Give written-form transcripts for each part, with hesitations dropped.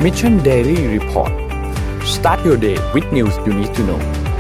Mission Daily Report Start your day with news you need to know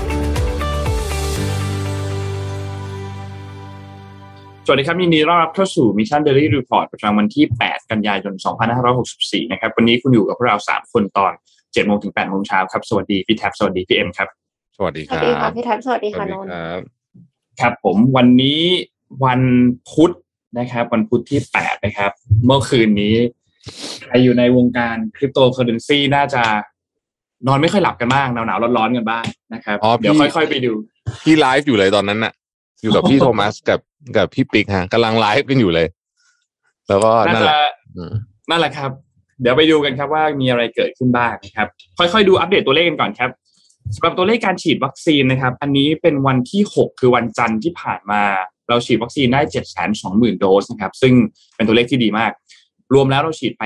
สวัสดีครับยินดีต้อนรับเข้าสู่ Mission Daily Report ประจำวันที่8กันยายน2564นะครับวันนี้คุณอยู่กับพวกเรา3คนตอน 7:00 น. ถึง 8:00 น. เช้าครับสวัสดีพี่แท็บสวัสดีพี่เอ็มครับสวัสดีครับสวัสดีค่ะพี่แท็บสวัสดีค่ะนนท์ครับผมวันนี้วันพุธนะครับวันพุธที่8นะครับเมื่อคืนนี้ใครอยู่ในวงการคริปโตเคอเรนซีน่าจะนอนไม่ค่อยหลับกันบ้างหนาวๆร้อนๆกันบ้างนะครับเดี๋ยวค่อยๆไปดูพี่ไลฟ์อยู่เลยตอนนั้นน่ะอยู่กับพี่โทมัสกับพี่ปิ๊กฮะกำลังไลฟ์กันอยู่เลยแล้วก็นั่นแหละครับเดี๋ยวไปดูกันครับว่ามีอะไรเกิดขึ้นบ้างนะครับค่อยๆดูอัปเดตตัวเลขกันก่อนครับสำหรับตัวเลขการฉีดวัคซีนนะครับอันนี้เป็นวันที่6คือวันจันทร์ที่ผ่านมาเราฉีดวัคซีนได้ 720,000 โดสนะครับซึ่งเป็นตัวเลขที่ดีมากรวมแล้วเราฉีดไป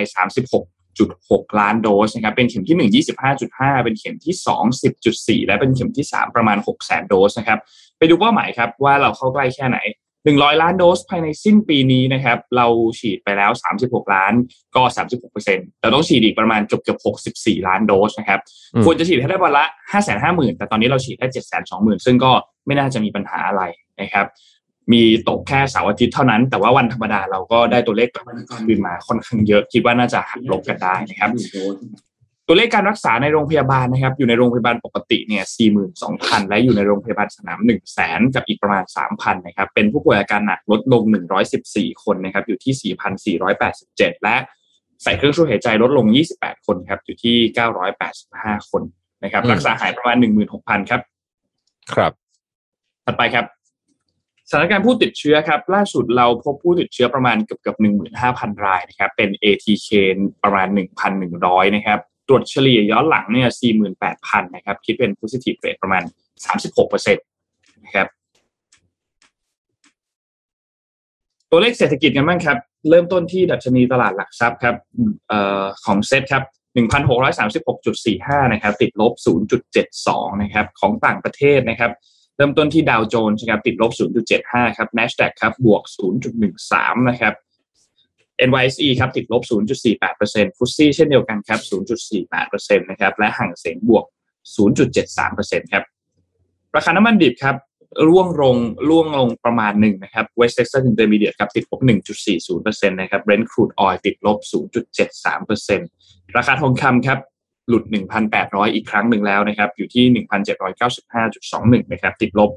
36.6 ล้านโดสนะครับเป็นเข็มที่1 25.5 เป็นเข็มที่2 10.4 และเป็นเข็มที่3ประมาณ 600,000 โดสนะครับไปดูเป้าหมายครับว่าเราเข้าใกล้แค่ไหน100ล้านโดสภายในสิ้นปีนี้นะครับเราฉีดไปแล้ว36ล้านก็ 36% แต่ต้องฉีดอีกประมาณเกือบ64ล้านโดสนะครับควรจะฉีดให้ได้วันละ 550,000 แต่ตอนนี้เราฉีดได้ 720,000 ซึ่งก็ไม่น่าจะมีปัญหาอะไรนะครับมีตกแค่เสาร์อาทิตย์เท่านั้นแต่ว่าวันธรรมดาเราก็ได้ตัวเลขคืนมาค่อนข้างเยอะคิดว่าน่าจะหักลบกันได้นะครับตัวเลขการรักษาในโรงพยาบาลนะครับอยู่ในโรงพยาบาลปกติเนี่ย 42,000 และอยู่ในโรงพยาบาลสนาม 100,000 กับอีกประมาณ 3,000 นะครับเป็นผู้ป่วยอาการหนักลดลง114คนนะครับอยู่ที่ 4,487 และใส่เครื่องช่วยหายใจลดลง28คนครับอยู่ที่985คนนะครับรักษาหายประมาณ 16,000 ครับครับถัดไปครับสถานการณ์ผู้ติดเชื้อครับล่าสุดเราพบผู้ติดเชื้อประมาณเกือบ 15,000 รายนะครับเป็น ATK ประมาณ 1,100 นะครับตรวจเฉลี่ยย้อนหลังเนี่ย 48,000 นะครับคิดเป็น positive rate ประมาณ 36% นะครับตัวเลขเศรษฐกิจกันบ้างครับเริ่มต้นที่ดัชนีตลาดหลักทรัพย์ครับของเซ็ตครับ 1,636.45 นะครับติดลบ 0.72 นะครับของต่างประเทศนะครับเริ่มต้นที่ดาวโจนส์ครับติดลบ 0.75 ครับ NASDAQ ครับบวก 0.13 นะครับ NYSE ครับติดลบ 0.48% FTSE เช่นเดียวกันครับ 0.48% นะครับและหั่งเส็งบวก 0.73% ครับราคาน้ำมันดิบครับร่วงลงประมาณ1นะครับ West Texas Intermediate ครับติดลบ 1.40% นะครับ Brent crude oil ติดลบ 0.73% ราคาทองคำครับหลุด 1,800 อีกครั้งหนึ่งแล้วนะครับอยู่ที่ 1,795.21 นะครับติดลบ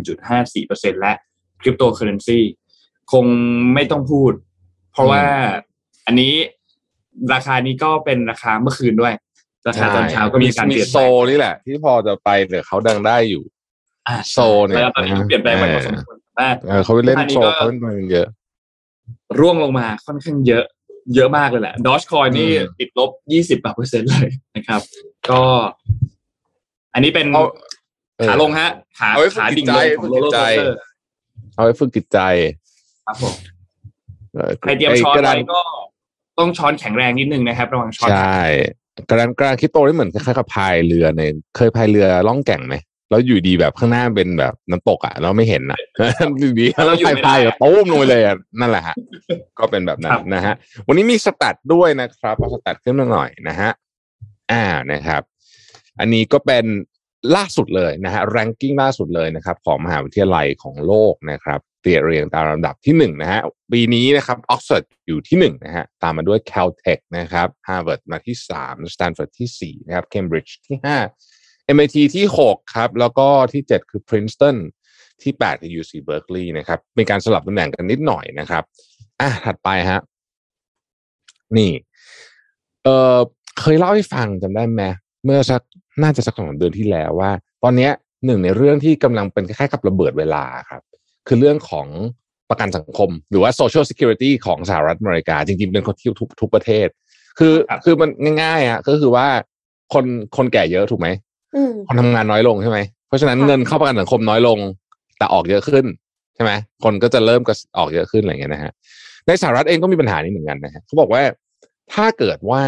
1.54% และคริปโตเคอเรนซีคงไม่ต้องพูดเพราะว่าอันนี้ราคานี้ก็เป็นราคาเมื่อคืนด้วยราคาตอนเช้าก็มีการเปลี่ยนโซนี่แหละที่พอจะไปแต่เขาดังได้อยู่โซเนี่ยตอนนี้เปลี่ยนแปลงไปพอสมควรเขาไปเล่นโซเขาเล่นมาเยอะร่วงลงมาค่อนข้างเยอะมากเลยแหละ Dogecoin นี่ติดลบ 20% เลยนะครับก็อันนี้เป็นขาลงฮะขาดิ่งลงของโรลเลอร์โคสเตอร์เอาไว้ฝึกจิตใจครับผมใครเตรียมช้อนไว้ก็ต้องช้อนแข็งแรงนิดนึงนะครับระวังช้อนใช่กระดานคริปโตนี่เหมือนคล้ายๆกับพายเรือเนี่ยเคยพายเรือล่องแก่งไหมแล้วอยู่ดีแบบข้างหน้าเป็นแบบน้ำตกอ่ะเราไม่เห็นอ่ะอยู่ดีแล้วพายก็ตุ้มลงไปเลยนั่นแหละฮะก็เป็นแบบนั้นนะฮะวันนี้มีสแตทด้วยนะครับเอาสแตทขึ้นมาหน่อยนะฮะนะครับอันนี้ก็เป็นล่าสุดเลยนะฮะแรงกิ้งล่าสุดเลยนะครับของมหาวิทยาลัยของโลกนะครับเรียงตามลำดับที่1นะฮะปีนี้นะครับ Oxford อยู่ที่1นะฮะตามมาด้วย Caltech นะครับ Harvard มาที่3 Stanford ที่4นะครับ Cambridge ที่5 MIT ที่6ครับแล้วก็ที่7คือ Princeton ที่8คือ UC Berkeley นะครับเป็นการสลับตำแหน่งกันนิดหน่อยนะครับถัดไปฮะนี่เคยเล่าให้ฟังจำได้ไหมเมื่อน่าจะสัก2 เดือนที่แล้วว่าตอนนี้หนึ่งในเรื่องที่กำลังเป็นคล้ายๆกับระเบิดเวลาครับคือเรื่องของประกันสังคมหรือว่า Social Security ของสหรัฐอเมริกาจริงๆเป็นคนที่ทุกประเทศคือมันง่ายๆก็คือว่าคนแก่เยอะถูกไหมคนทำงานน้อยลงใช่ไหมเพราะฉะนั้นเงินเข้าประกันสังคมน้อยลงแต่ออกเยอะขึ้นใช่ไหมคนก็จะเริ่มออกเยอะขึ้นอะไรเงี้ยนะฮะในสหรัฐเองก็มีปัญหานี้เหมือนกันนะฮะเขาบอกว่าถ้าเกิดว่า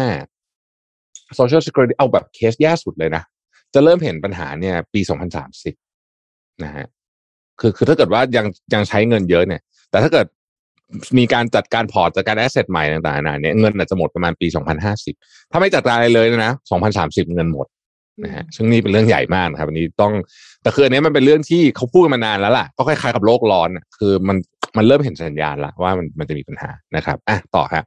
Social Security เอาแบบเคสแย่สุดเลยนะจะเริ่มเห็นปัญหาเนี่ยปี2030นะฮะคือถ้าเกิดว่ายังใช้เงินเยอะเนี่ยแต่ถ้าเกิดมีการจัดการพอร์ตจัดการแอสเซทใหม่ต่างๆเนี่ยเงินอาจจะหมดประมาณปี2050ถ้าไม่จัดการอะไรเลยนะ2030เงินหมดนะฮะซึ่งนี่เป็นเรื่องใหญ่มากนะครับอันนี้ต้องแต่คืออันนี้มันเป็นเรื่องที่เขาพูดกันมานานแล้วล่ะก็คล้ายๆกับโลกร้อนคือมันเริ่มเห็นสัญญาณละว่ามันจะมีปัญหานะครับต่อครับ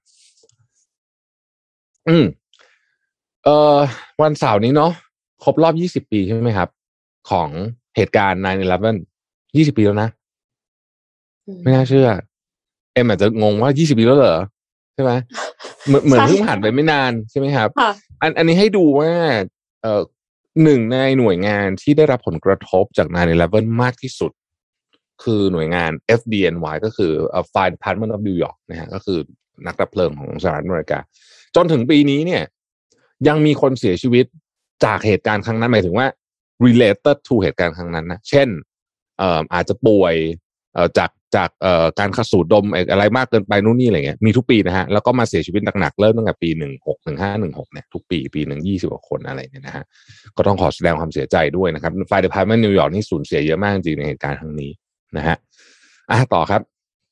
วันเสาร์นี้เนาะครบรอบ20 ปีใช่ไหมครับของเหตุการณ์ 9/11 20 ปีแล้วนะไม่น่าเชื่ออาจจะงงว่า20 ปีแล้วเหรอใช่ไหมเหมือนเพิ่งผ่านไปไม่นานใช่ไหมครับอันนี้ให้ดูว่าหนึ่งในหน่วยงานที่ได้รับผลกระทบจาก 9/11 มากที่สุดคือหน่วยงาน FDNY ก็คือ Fire Department of New York นะฮะก็คือนักดับเพลิงของสหรัฐอเมริกาจนถึงปีนี้เนี่ยยังมีคนเสียชีวิตจากเหตุการณ์ครั้งนั้นหมายถึงว่า related to เหตุการณ์ครั้งนั้นนะเช่นอาจจะป่วยจากการสูดดมอะไรมากเกินไปนู่นนี่อะไรเงี้ยมีทุกปีนะฮะแล้วก็มาเสียชีวิตหนักๆเริ่มตั้งแต่ปี1516เนี่ยทุกปีหนึ่ง20 กว่าคนอะไรเนี่ยนะฮะก็ต้องขอแสดงความเสียใจด้วยนะครับ Fire Department New York นี่สูญเสียเยอะมากจริงในเหตุการณ์ครั้งนี้นะฮะต่อครับ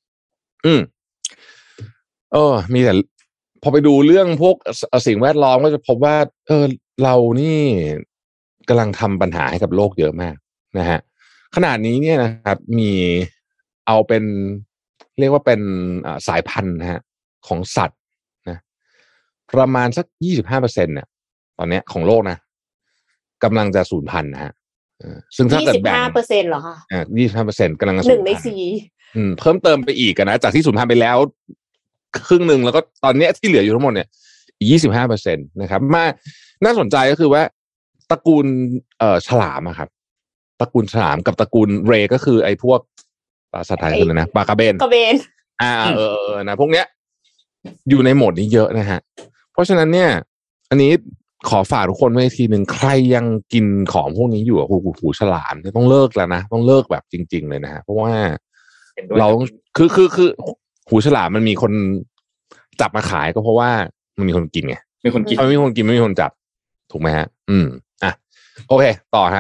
มีแต่พอไปดูเรื่องพวกสิ่งแวดล้อมก็จะพบว่าเรานี่กำลังทำปัญหาให้กับโลกเยอะมากนะฮะขนาดนี้เนี่ยนะครับมีเอาเป็นเรียกว่าเป็นสายพันธุ์นะฮะของสัตว์นะประมาณสัก 25% เนี่ยตอนนี้ของโลกนะกำลังจะสูญพันธุ์นะฮะซึ่งถ้าเกิดแบ่ง 25% เหรอคะ 25% กำลังจะ 1 ใน 4 เพิ่มเติมไปอีกนะจากที่สูญพันธุ์ไปแล้วครึ่งหนึ่งแล้วก็ตอนนี้ที่เหลืออยู่ทั้งหมดเนี่ย 25% นะครับมาน่าสนใจก็คือว่าตระกูลฉลามครับตระกูลฉลามกับตระกูลเรก็คือไอ้พวกภาษาไทยคืออะไรนะปลากระเบนนะพวกเนี้ยอยู่ในโหมดนี้เยอะนะฮะเพราะฉะนั้นเนี่ยอันนี้ขอฝากทุกคนไว้ทีหนึ่งใครยังกินของพวกนี้อยู่หูฉลามเนี่ยต้องเลิกแล้วนะต้องเลิกแบบจริงๆเลยนะฮะเพราะว่าเราคือหูฉลามมันมีคนจับมาขายก็เพราะว่ามันมีคนกินไงมีคนกินไม่มีคนกินไม่มีคนจับถูกไหมฮะโอเคต่อฮะ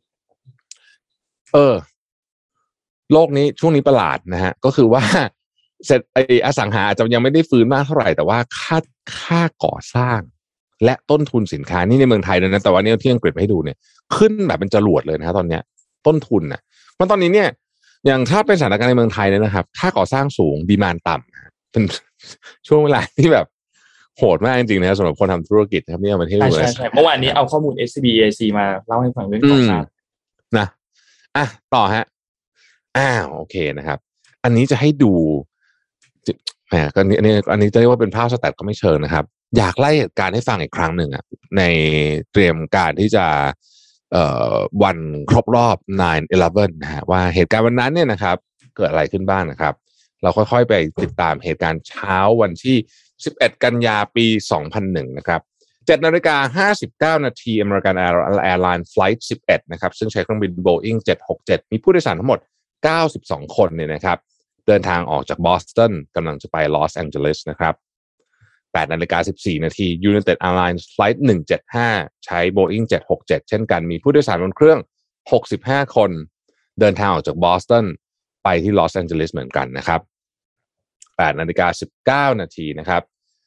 โลกนี้ช่วงนี้ประหลาดนะฮะก็คือว่าเสร็จอสังหาอาจจะยังไม่ได้ฟื้นมากเท่าไหร่แต่ว่าค่าก่อสร้างและต้นทุนสินค้านี่ในเมืองไทยนะแต่ว่านี่ที่อังกฤษให้ดูเนี่ยขึ้นแบบเป็นจรวดเลยนะตอนเนี้ยต้นทุนนะเพราะตอนนี้เนี่ยอย่างถ้าเป็นสถานการณ์ในเมืองไทยเนี่ยนะครับค่าก่อสร้างสูงดีมานด์ต่ำเป็นช่วงเวลาที่แบบโหดมากจริงๆนะสำหรับคนทำธุรกิจนะครับนี่มันให้ดูเลยใช่เมื่อวานนี้เอาข้อมูล SCBAC มาเล่าให้ฟังเรื่องก่อสร้างนะต่อฮะโอเคนะครับอันนี้จะให้ดูแหมอันนี้จะเรียกว่าเป็นภาพสแตทก็ไม่เชิงนะครับอยากไล่เหตุการณ์ให้ฟังอีกครั้งหนึ่งในเตรียมการที่จะวันครบรอบ 9/11 นะฮะว่าเหตุการณ์วันนั้นเนี่ยนะครับเกิดอะไรขึ้นบ้างนะครับเราค่อยๆไปติดตามเหตุการณ์เช้าวันที่11 กันยาปี 2001 นะครับ 7:59 นาที American Airlines Flight 11 นะครับซึ่งใช้เครื่องบิน Boeing 767 มีผู้โดยสารทั้งหมด92 คนเนี่ยนะครับเดินทางออกจากบอสตันกำลังจะไปลอสแองเจลิสนะครับ8:14 นาที United Airlines Flight 175 ใช้ Boeing 767 เช่นกันมีผู้โดยสารบนเครื่อง65 คนเดินทางออกจากบอสตันไปที่ลอสแองเจลิสเหมือนกันนะครับ8:19 นาทีนะครับ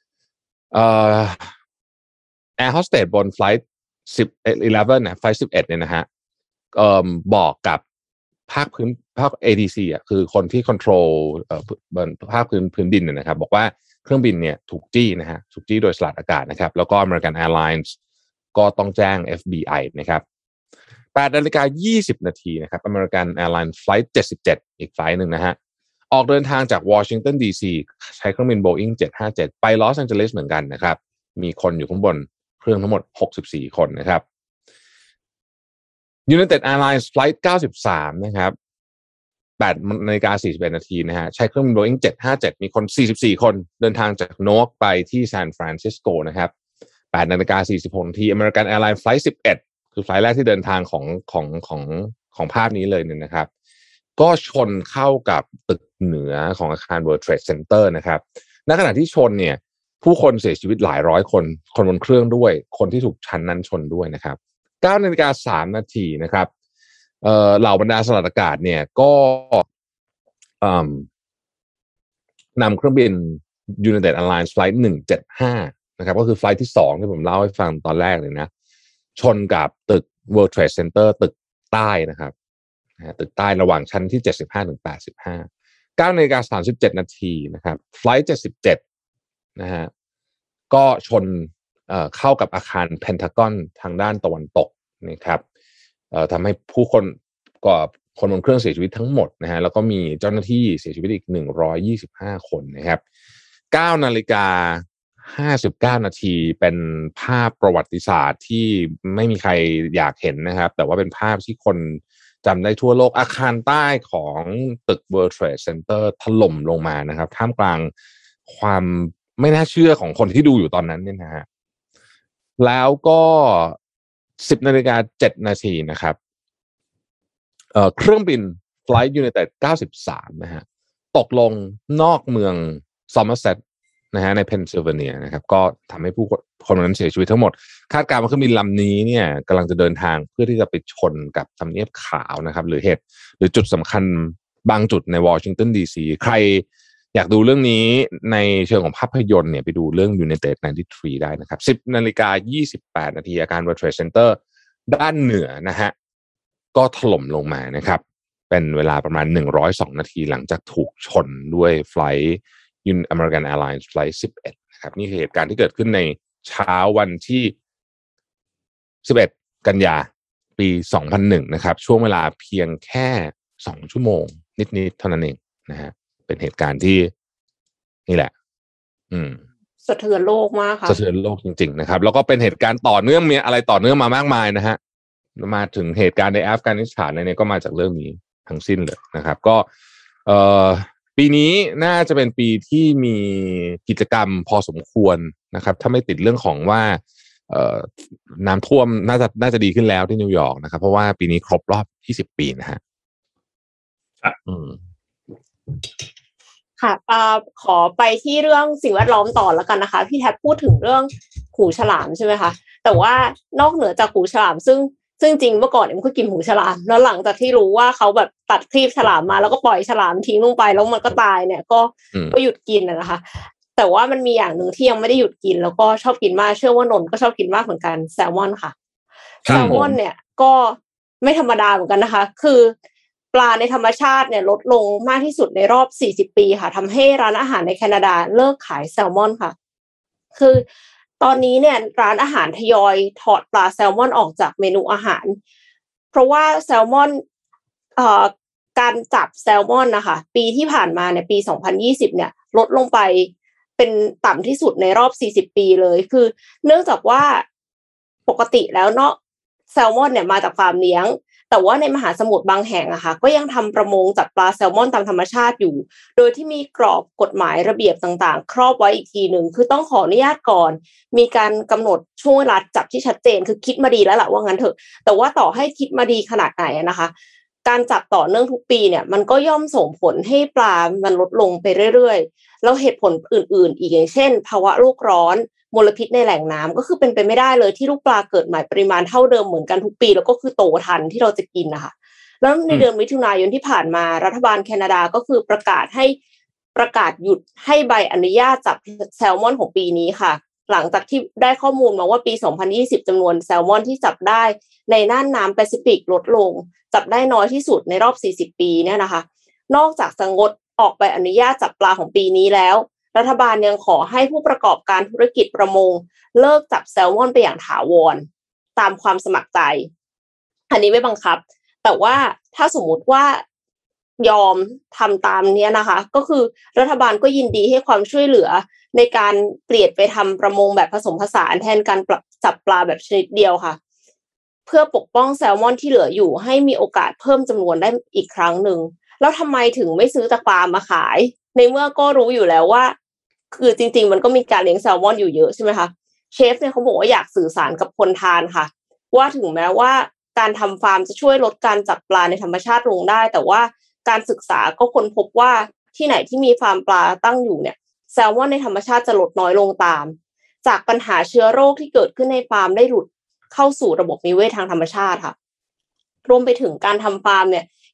แอร์โฮสเตสบนไฟล์11นะไฟล์11เนี่ยนะฮะบอกกับภาค ATC คือคนที่คอนโทรลบนภาคพื้นดินเนี่ยนะครับบอกว่าเครื่องบินเนี่ยถูกจี้นะฮะถูกจี้โดยสลัดอากาศนะครับแล้วก็ American Airlines ก็ต้องแจ้ง FBI นะครับ8:20 นาทีนะครับ American Airlines Flight 77อีกไฟล์หนึ่งนะฮะออกเดินทางจากวอชิงตันดีซีใช้เครื่องบิน Boeing 757 ไปลอสแองเจลิสเหมือนกันนะครับมีคนอยู่ข้างบนเครื่องทั้งหมด64 คนนะครับ United Airlines Flight 93นะครับ8:41 นาทีนะฮะใช้เครื่องบิน Boeing 757มีคน44 คนเดินทางจากโนกไปที่ซานฟรานซิสโกนะครับ8:46 นาที American Airlines Flight 11คือไฟล์แรกที่เดินทางของภาพนี้เลยเนี่ยนะครับก็ชนเข้ากับตึกเหนือของอาคาร World Trade Center นะครับณขณะที่ชนเนี่ยผู้คนเสียชีวิตหลายร้อยคนบนเครื่องด้วยคนที่ถูกชั้นนั้นชนด้วยนะครับ9:03 นาทีนะครับเหล่าบรรดาสลัดอากาศเนี่ยก็นำเครื่องบิน United Airlines Flight 175นะครับก็คือไฟล์ที่2ที่ผมเล่าให้ฟังตอนแรกเลยนะชนกับตึก World Trade Center ตึกใต้นะครับตึกใต้ระหว่างชั้นที่75ถึง85 9:37 นาทีนะครับไฟล์77นะฮะก็ชนเข้ากับอาคารเพนทากอนทางด้านตะวันตกนะครับทำให้ผู้คนคนบนเครื่องเสียชีวิตทั้งหมดนะฮะแล้วก็มีเจ้าหน้าที่เสียชีวิตอีก125คนนะครับ9:59 นาทีเป็นภาพประวัติศาสตร์ที่ไม่มีใครอยากเห็นนะครับแต่ว่าเป็นภาพที่คนจำได้ทั่วโลกอาคารใต้ของตึก World Trade Center ถล่มลงมานะครับท่ามกลางความไม่น่าเชื่อของคนที่ดูอยู่ตอนนั้นเนี่ยนะฮะแล้วก็10:07 นาทีนะครับเครื่องบิน Flight United 93นะฮะตกลงนอกเมืองซอมเมอร์เซตนะฮะในเพนซิลเวเนียนะครับก็ทำให้ผู้คนนั้นเสียชีวิตทั้งหมดคาดการณ์ว่าเครื่องบินลำนี้เนี่ยกำลังจะเดินทางเพื่อที่จะไปชนกับทำเนียบขาวนะครับหรือจุดสำคัญบางจุดในวอชิงตันดีซีใครอยากดูเรื่องนี้ในเชิงของภาพยนตร์เนี่ยไปดูเรื่อง United 93 ได้นะครับ 10:28 นาทีอาคาร World Trade Center ด้านเหนือนะฮะก็ถล่มลงมานะครับเป็นเวลาประมาณ102 นาทีหลังจากถูกชนด้วยไฟล์ American Airlines Flight 11นะครับนี่คือเหตุการณ์ที่เกิดขึ้นในเช้าวันที่11 กันยาปี 2001นะครับช่วงเวลาเพียงแค่2 ชั่วโมงนิดๆเท่านั้นเองนะฮะเป็นเหตุการณ์ที่นี่แหละสะเทือนโลกมากค่ะสะเทือนโลกจริงๆนะครับแล้วก็เป็นเหตุการณ์ต่อเนื่องมีอะไรต่อเนื่องมามากมายนะฮะมาถึงเหตุการณ์ในอัฟกานิสถานเนี่ยก็มาจากเรื่องนี้ทั้งสิ้นเลยนะครับก็ปีนี้น่าจะเป็นปีที่มีกิจกรรมพอสมควรนะครับถ้าไม่ติดเรื่องของว่าน้ำท่วมน่าจะดีขึ้นแล้วที่นิวยอร์กนะครับเพราะว่าปีนี้ครบรอบ20 ปีนะฮะค่ะขอไปที่เรื่องสิ่งแวดล้อมต่อแล้วกันนะคะพี่แท็บพูดถึงเรื่องหูฉลามใช่ไหมคะแต่ว่านอกเหนือจากหูฉลามซึ่งจริงเมื่อก่อนเนี่ยมันก็กินหูฉลามแล้วหลังจากที่รู้ว่าเขาแบบตัดครีบฉลามมาแล้วก็ปล่อยฉลามทิ้งลงไปแล้วมันก็ตายเนี่ยก็หยุดกินนะคะแต่ว่ามันมีอย่างหนึ่งที่ยังไม่ได้หยุดกินแล้วก็ชอบกินมากเชื่อว่านนท์ก็ชอบกินมากเหมือนกันแซลมอนค่ะแซลมอนเนี่ยก็ไม่ธรรมดาเหมือนกันนะคะคือปลาในธรรมชาติเนี่ยลดลงมากที่สุดในรอบ40 ปีค่ะทำให้ร้านอาหารในแคนาดาเลิกขายแซลมอนค่ะคือตอนนี้เนี่ยร้านอาหารทยอยถอดปลาแซลมอนออกจากเมนูอาหารเพราะว่าแซลมอนการจับแซลมอนนะคะปีที่ผ่านมาเนี่ยปี2020เนี่ยลดลงไปเป็นต่ำที่สุดในรอบ40 ปีเลยคือเนื่องจากว่าปกติแล้วเนาะแซลมอนเนี่ยมาจากฟาร์มเลี้ยงแต่ว่าในมหาสมุทรบางแห่งอะค่ะก็ยังทำประมงจับปลาแซลมอนตามธรรมชาติอยู่โดยที่มีกรอบกฎหมายระเบียบต่างๆครอบไว้อีกทีหนึ่งคือต้องขออนุญาตก่อนมีการกำหนดช่วงเวลาจับที่ชัดเจนคือคิดมาดีแล้วแหละว่างั้นเถอะแต่ว่าต่อให้คิดมาดีขนาดไหนนะคะการจับต่อเนื่องทุกปีเนี่ยมันก็ย่อมส่งผลให้ปลามันลดลงไปเรื่อยๆแล้วเหตุผลอื่นๆอีกอย่างเช่นภาวะโลกร้อนมลพิษในแหล่งน้ำก็คือเป็นไปไม่ได้เลยที่ลูกปลาเกิดใหม่ปริมาณเท่าเดิมเหมือนกันทุกปีแล้วก็คือโตทันที่เราจะกินนะคะแล้วในเดือนมิถุนายนที่ผ่านมารัฐบาลแคนาดาก็คือประกาศหยุดให้ใบอนุญาตจับแซลมอนของปีนี้ค่ะหลังจากที่ได้ข้อมูลมาว่าปี2020จำนวนแซลมอนที่จับได้ในน่านน้ำแปซิฟิกลดลงจับได้น้อยที่สุดในรอบ40 ปีเนี่ยนะคะนอกจากจะงดออกใบอนุญาตจับปลาของปีนี้แล้วรัฐบาลยังขอให้ผู้ประกอบการธุรกิจประมงเลิกจับแซลมอนไปอย่างถาวรตามความสมัครใจอันนี้ไม่บังคับแต่ว่าถ้าสมมุติว่ายอมทำตามนี้นะคะก็คือรัฐบาลก็ยินดีให้ความช่วยเหลือในการเปลี่ยนไปทำประมงแบบผสมผสานแทนการจับปลาแบบชนิดเดียวค่ะเพื่อปกป้องแซลมอนที่เหลืออยู่ให้มีโอกาสเพิ่มจำนวนได้อีกครั้งหนึ่งแล้วทำไมถึงไม่ซื้อจากฟาร์มมาขายในเมื่อก็รู้อยู่แล้วว่าคือจริงๆมันก็มีการเลี้ยงแซลมอนอยู่เยอะใช่ไหมคะเชฟเนี่ยเขาบอกว่าอยากสื่อสารกับคนทานค่ะว่าถึงแม้ว่าการทำฟาร์มจะช่วยลดการจับปลาในธรรมชาติลงได้แต่ว่าการศึกษาก็ค้นพบว่าที่ไหนที่มีฟาร์มปลาตั้งอยู่เนี่ยแซลมอนในธรรมชาติจะลดน้อยลงตามจากปัญหาเชื้อโรคที่เกิดขึ้นในฟาร์มได้หลุดเข้าสู่ระบบนิเวศทางธรรมชาติค่ะรวมไปถึงการทำฟาร์มเนี่ย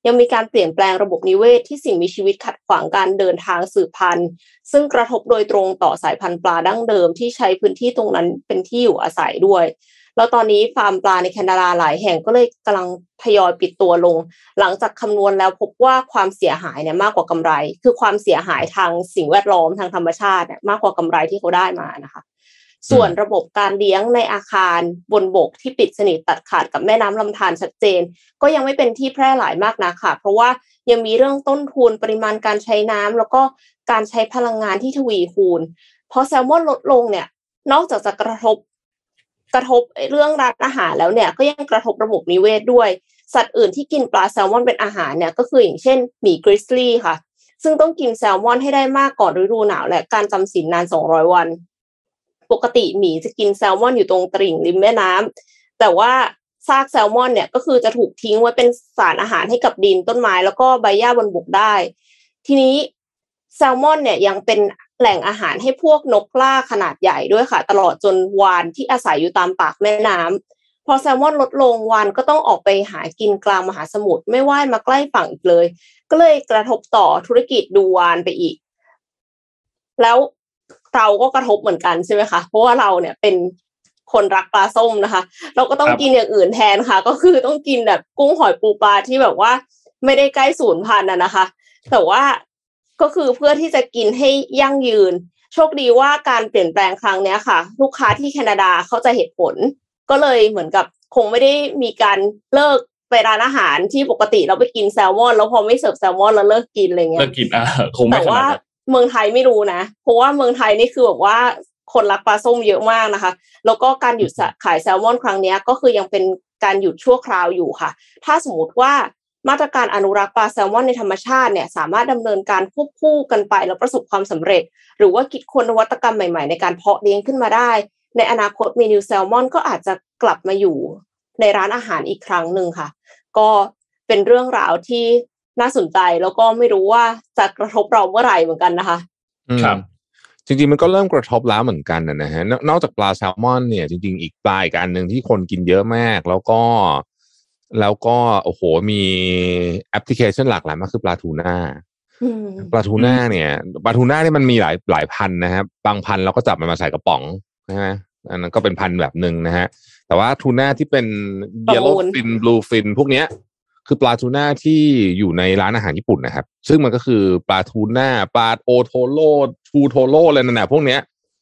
ยังมีการเปลี่ยนแปลงระบบนิเวศที่สิ่งมีชีวิตขัดขวางการเดินทางสืบพันธุ์ซึ่งกระทบโดยตรงต่อสายพันธุ์ปลาดั้งเดิมที่ใช้พื้นที่ตรงนั้นเป็นที่อยู่อาศัยด้วยแล้วตอนนี้ฟาร์มปลาในแคนาดาหลายแห่งก็เลยกำลังทยอยปิดตัวลงหลังจากคำนวณแล้วพบว่าความเสียหายเนี่ยมากกว่ากำไรคือความเสียหายทางสิ่งแวดล้อมทางธรรมชาติเนี่ยมากกว่ากำไรที่เขาได้มานะคะส่วนระบบการเลี้ยงในอาคารบนบกที่ปิดสนิทตัดขาดกับแม่น้ำลำธารชัดเจนก็ยังไม่เป็นที่แพร่หลายมากนักค่ะเพราะว่ายังมีเรื่องต้นทุนปริมาณการใช้น้ำแล้วก็การใช้พลังงานที่ทวีคูณพอแซลมอนลดลงเนี่ยนอกจากจะกระทบเรื่องร้านอาหารแล้วเนี่ยก็ยังกระทบระบบนิเวศด้วยสัตว์อื่นที่กินปลาแซลมอนเป็นอาหารเนี่ยก็คืออย่างเช่นหมีกริซลี่ค่ะซึ่งต้องกินแซลมอนให้ได้มากก่อนฤดูหนาวและการจำศีลนาน200วันปกติหมีจะกินแซลมอนอยู่ตรงตลิ่งริมแม่น้ำแต่ว่าซากแซลมอนเนี่ยก็คือจะถูกทิ้งไว้เป็นสารอาหารให้กับดินต้นไม้แล้วก็ใบหญ้าบนบกได้ทีนี้แซลมอนเนี่ยยังเป็นแหล่งอาหารให้พวกนกล่าขนาดใหญ่ด้วยค่ะตลอดจนวาฬที่อาศัยอยู่ตามปากแม่น้ำพอแซลมอนลดลงวาฬก็ต้องออกไปหากินกลางมหาสมุทรไม่ว่ายมาใกล้ฝั่งอีกเลยก็เลยกระทบต่อธุรกิจดูวาฬไปอีกแล้วเราก็กระทบเหมือนกันใช่ไหมคะเพราะว่าเราเนี่ยเป็นคนรักปลาส้มนะคะเราก็ต้องกินอย่างอื่นแทนค่ะก็คือต้องกินแบบกุ้งหอยปูปลาที่แบบว่าไม่ได้ใกล้สูญพันธุ์นะคะแต่ว่าก็คือเพื่อที่จะกินให้ยั่งยืนโชคดีว่าการเปลี่ยนแปลงครั้งนี้ค่ะลูกค้าที่แคนาดาเข้าใจเหตุผลก็เลยเหมือนกับคงไม่ได้มีการเลิกไปร้านอาหารที่ปกติเราไปกินแซลมอนแล้วพอไม่เสิร์ฟแซลมอนแล้วเลิกกินอะไรเงี้ยเลิกกินคงไม่ขนาดนั้นเมืองไทยไม่รู้นะเพราะว่าเมืองไทยนี่คือแบบว่าคนรักปลาส้มเยอะมากนะคะแล้วก็การหยุดขายแซลมอนครั้งนี้ก็คือยังเป็นการหยุดชั่วคราวอยู่ค่ะถ้าสมมติว่ามาตรการอนุรักษ์ปลาแซลมอนในธรรมชาติเนี่ยสามารถดำเนินการควบคู่กันไปแล้วประสบความสำเร็จหรือว่าคิดค้นนวัตกรรมใหม่ๆในการเพาะเลี้ยงขึ้นมาได้ในอนาคตเมนูแซลมอนก็อาจจะกลับมาอยู่ในร้านอาหารอีกครั้งหนึ่งค่ะก็เป็นเรื่องราวที่น่าสนใจแล้วก็ไม่รู้ว่าจะกระทบเราเมื่อไหร่เหมือนกันนะคะครับจริงๆมันก็เริ่มกระทบแล้วเหมือนกันนะฮะนอกจากปลาแซลมอนเนี่ยจริงๆอีกปลาอีกอันนึงที่คนกินเยอะมากแล้วก็โอ้โหมีแอปพลิเคชันหลากหลายมากคือปลาทูน่าปลาทูน่าเนี่ยมันมีหลายพันนะครับบางพันเราก็จับมันมาใส่กระป๋องนะฮะอันนั้นก็เป็นพันแบบนึงนะฮะแต่ว่าทูน่าที่เป็น yellow fin blue fin พวกเนี้ยคือปลาทูน่าที่อยู่ในร้านอาหารญี่ปุ่นนะครับซึ่งมันก็คือปลาทูน่าปลาโอโทโร่ทูโทโร่อะไรนั่นแหละพวกเนี้ย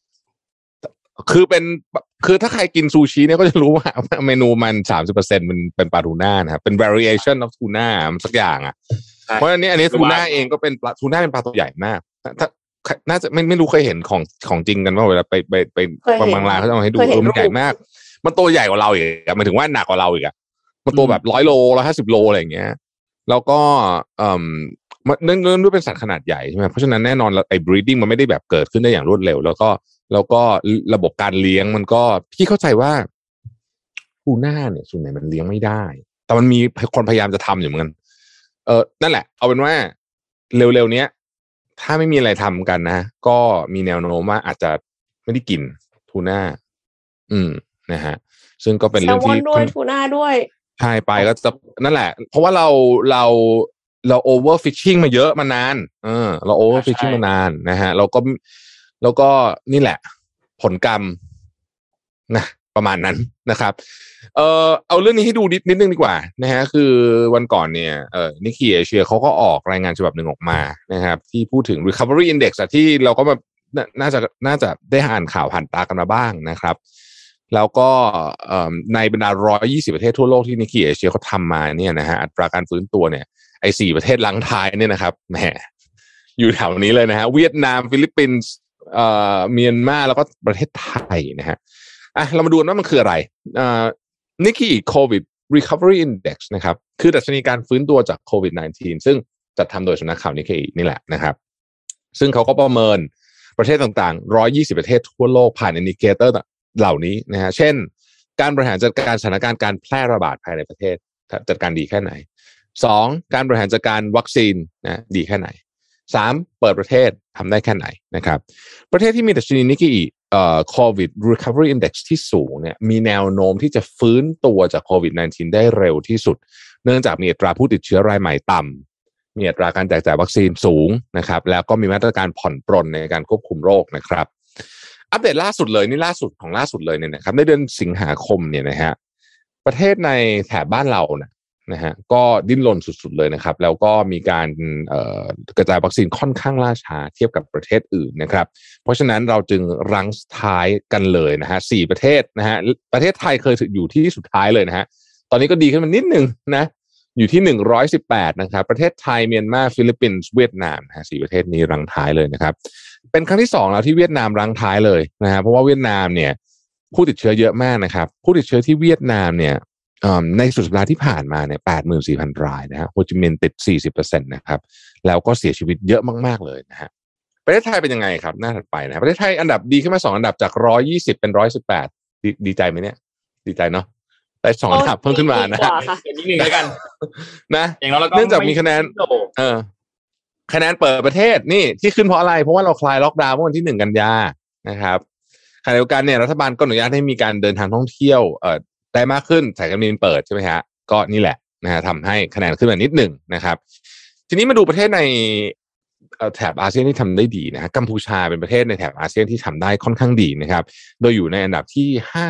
คือถ้าใครกินซูชิเนี่ยก็จะรู้ว่าเมนูมัน 30% มันเป็นปลาทูน่านะครับเป็น variation of tuna สักอย่างอ่ะเพราะอันนี้ทูน่าเองก็เป็นปลาทูน่าเป็นปลาตัวใหญ่มากถ้าน่าจะไม่รู้เคยเห็นของจริงกันว่าเวลาไปบางร้านเขาจะมาให้ดูมันใหญ่มากมันตัวใหญ่กว่าเราอีกหมายถึงว่าหนักกว่าเราอีกอ่ะมันตัวแบบ100 โล150 โลอะไรอย่างเงี้ยแล้วก็เนื่องด้วยเป็นสัตว์ขนาดใหญ่ใช่ไหมเพราะฉะนั้นแน่นอนไอ้ breeding มันไม่ได้แบบเกิดขึ้นได้อย่างรวดเร็วแล้วก็ระบบการเลี้ยงมันก็พี่เข้าใจว่าทูน่าเนี่ยส่วนใหญ่มันเลี้ยงไม่ได้แต่มันมีคนพยายามจะทำอยู่เหมือนกันนั่นแหละเอาเป็นว่าเร็วๆเนี้ยถ้าไม่มีอะไรทำกันนะก็มีแนวโน้มว่าอาจจะไม่ได้กินทูน่านะฮะซึ่งก็เป็นเรื่องที่ด้วยทูน่าด้วยใช่ไปก็จะนั่นแหละเพราะว่าเราโอเวอร์ฟิชชิ่งมาเยอะมานานเราโอเวอร์ฟิชชิ่งมานานนะฮะแล้วก็นี่แหละผลกรรมนะประมาณนั้นนะครับเอาเรื่องนี้ให้ดูนิดนึงดีกว่านะฮะคือวันก่อนเนี่ยนิกกี้เอเชียเขาก็ออกรายงานฉบับหนึ่งออกมานะครับที่พูดถึง recovery index ที่เราก็มาน่าจะได้อ่านข่าวผ่านตากันมาบ้างนะครับแล้วก็ในบรรดา120ประเทศทั่วโลกที่นิกกี้เอเชียเขาทำมาเนี่ยนะฮะอัตราการฟื้นตัวเนี่ยไอ้4ประเทศหลังท้ายเนี่ยนะครับแหมอยู่แถวนี้เลยนะฮะเวียดนามฟิลิปปินส์เมียนมาแล้วก็ประเทศไทยนะฮะเรามาดูว่ามันคืออะไรNikkei COVID Recovery Index นะครับคือดัชนีการฟื้นตัวจากโควิด -19 ซึ่งจัดทำโดยสำนักข่าว Nikkei นี่แหละนะครับซึ่งเขาก็ประเมินประเทศต่างๆ120ประเทศทั่วโลกผ่านอินดิเคเตอร์เหล่านี้นะฮะเช่นการบริหารจัดการสถานการณ์การแพร่ระบาดภายในประเทศจัดการดีแค่ไหน2การบริหารจัดการวัคซีนนะดีแค่ไหน3เปิดประเทศทำได้แค่ไหนนะครับประเทศที่มีดัชนี Nikkei COVID Recovery Index ที่สูงเนี่ยมีแนวโน้มที่จะฟื้นตัวจากโควิด -19 ได้เร็วที่สุดเนื่องจากมีอัตราผู้ติดเชื้อรายใหม่ต่ำมีอัตราการแจกจ่ายวัคซีนสูงนะครับแล้วก็มีมาตรการผ่อนปรนในการควบคุมโรคนะครับอัปเดตล่าสุดเลยนี่ล่าสุดเลยเนี่ยนะครับในเดือนสิงหาคมเนี่ยนะฮะประเทศในแถบบ้านเรานะฮะก็ดิ้นรนสุดๆเลยนะครับแล้วก็มีการกระจายวัคซีนค่อนข้างล่าช้าเทียบกับประเทศอื่นนะครับเพราะฉะนั้นเราจึงรั้งท้ายกันเลยนะฮะ4ประเทศนะฮะประเทศไทยเคยอยู่ที่สุดท้ายเลยนะฮะตอนนี้ก็ดีขึ้นมานิดนึงนะอยู่ที่118นะครับประเทศไทยเมียนมาฟิลิปปินส์เวียดนามนะฮะ4ประเทศนี้รั้งท้ายเลยนะครับเป็นครั้งที่2แล้วที่เวียดนามรั้งท้ายเลยนะฮะเพราะว่าเวียดนามเนี่ยผู้ติดเชื้อเยอะมากนะครับผู้ติดเชื้อที่เวียดนามเนี่ยในสุดสัปดาห์ที่ผ่านมาเนี่ย 84,000 รายนะฮะโฮจิมินห์ติด 40% นะครับแล้วก็เสียชีวิตเยอะมากๆเลยนะฮะประเทศไทยเป็นยังไงครับหน้าถัดไปนะประเทศไทยอันดับดีขึ้นมา2อันดับจาก120เป็น118ดีใจไหมเนี่ยดีใจเนาะได้2อันดับเพิ่มขึ้นมานะฮะนิดนึงแล้วกันนะเนื่องจากมีคะแนนคะแนนเปิดประเทศนี่ที่ขึ้นเพราะอะไรเพราะว่าเราคลายล็อกดาวน์เมื่อวันที่1 กันยายนนะครับขณะเดียวกันเนี่ยรัฐบาลก็อนุญาตให้มีการเดินทางท่องเที่ยวได้มากขึ้นสายการบินเปิดใช่ไหมฮะก็นี่แหละนะฮะทำให้คะแนนขึ้นมานิดหนึ่งนะครับทีนี้มาดูประเทศในแถบอาเซียนที่ทำได้ดีนะฮะกัมพูชาเป็นประเทศในแถบอาเซียนที่ทำได้ค่อนข้างดีนะครับโดยอยู่ในอันดับที่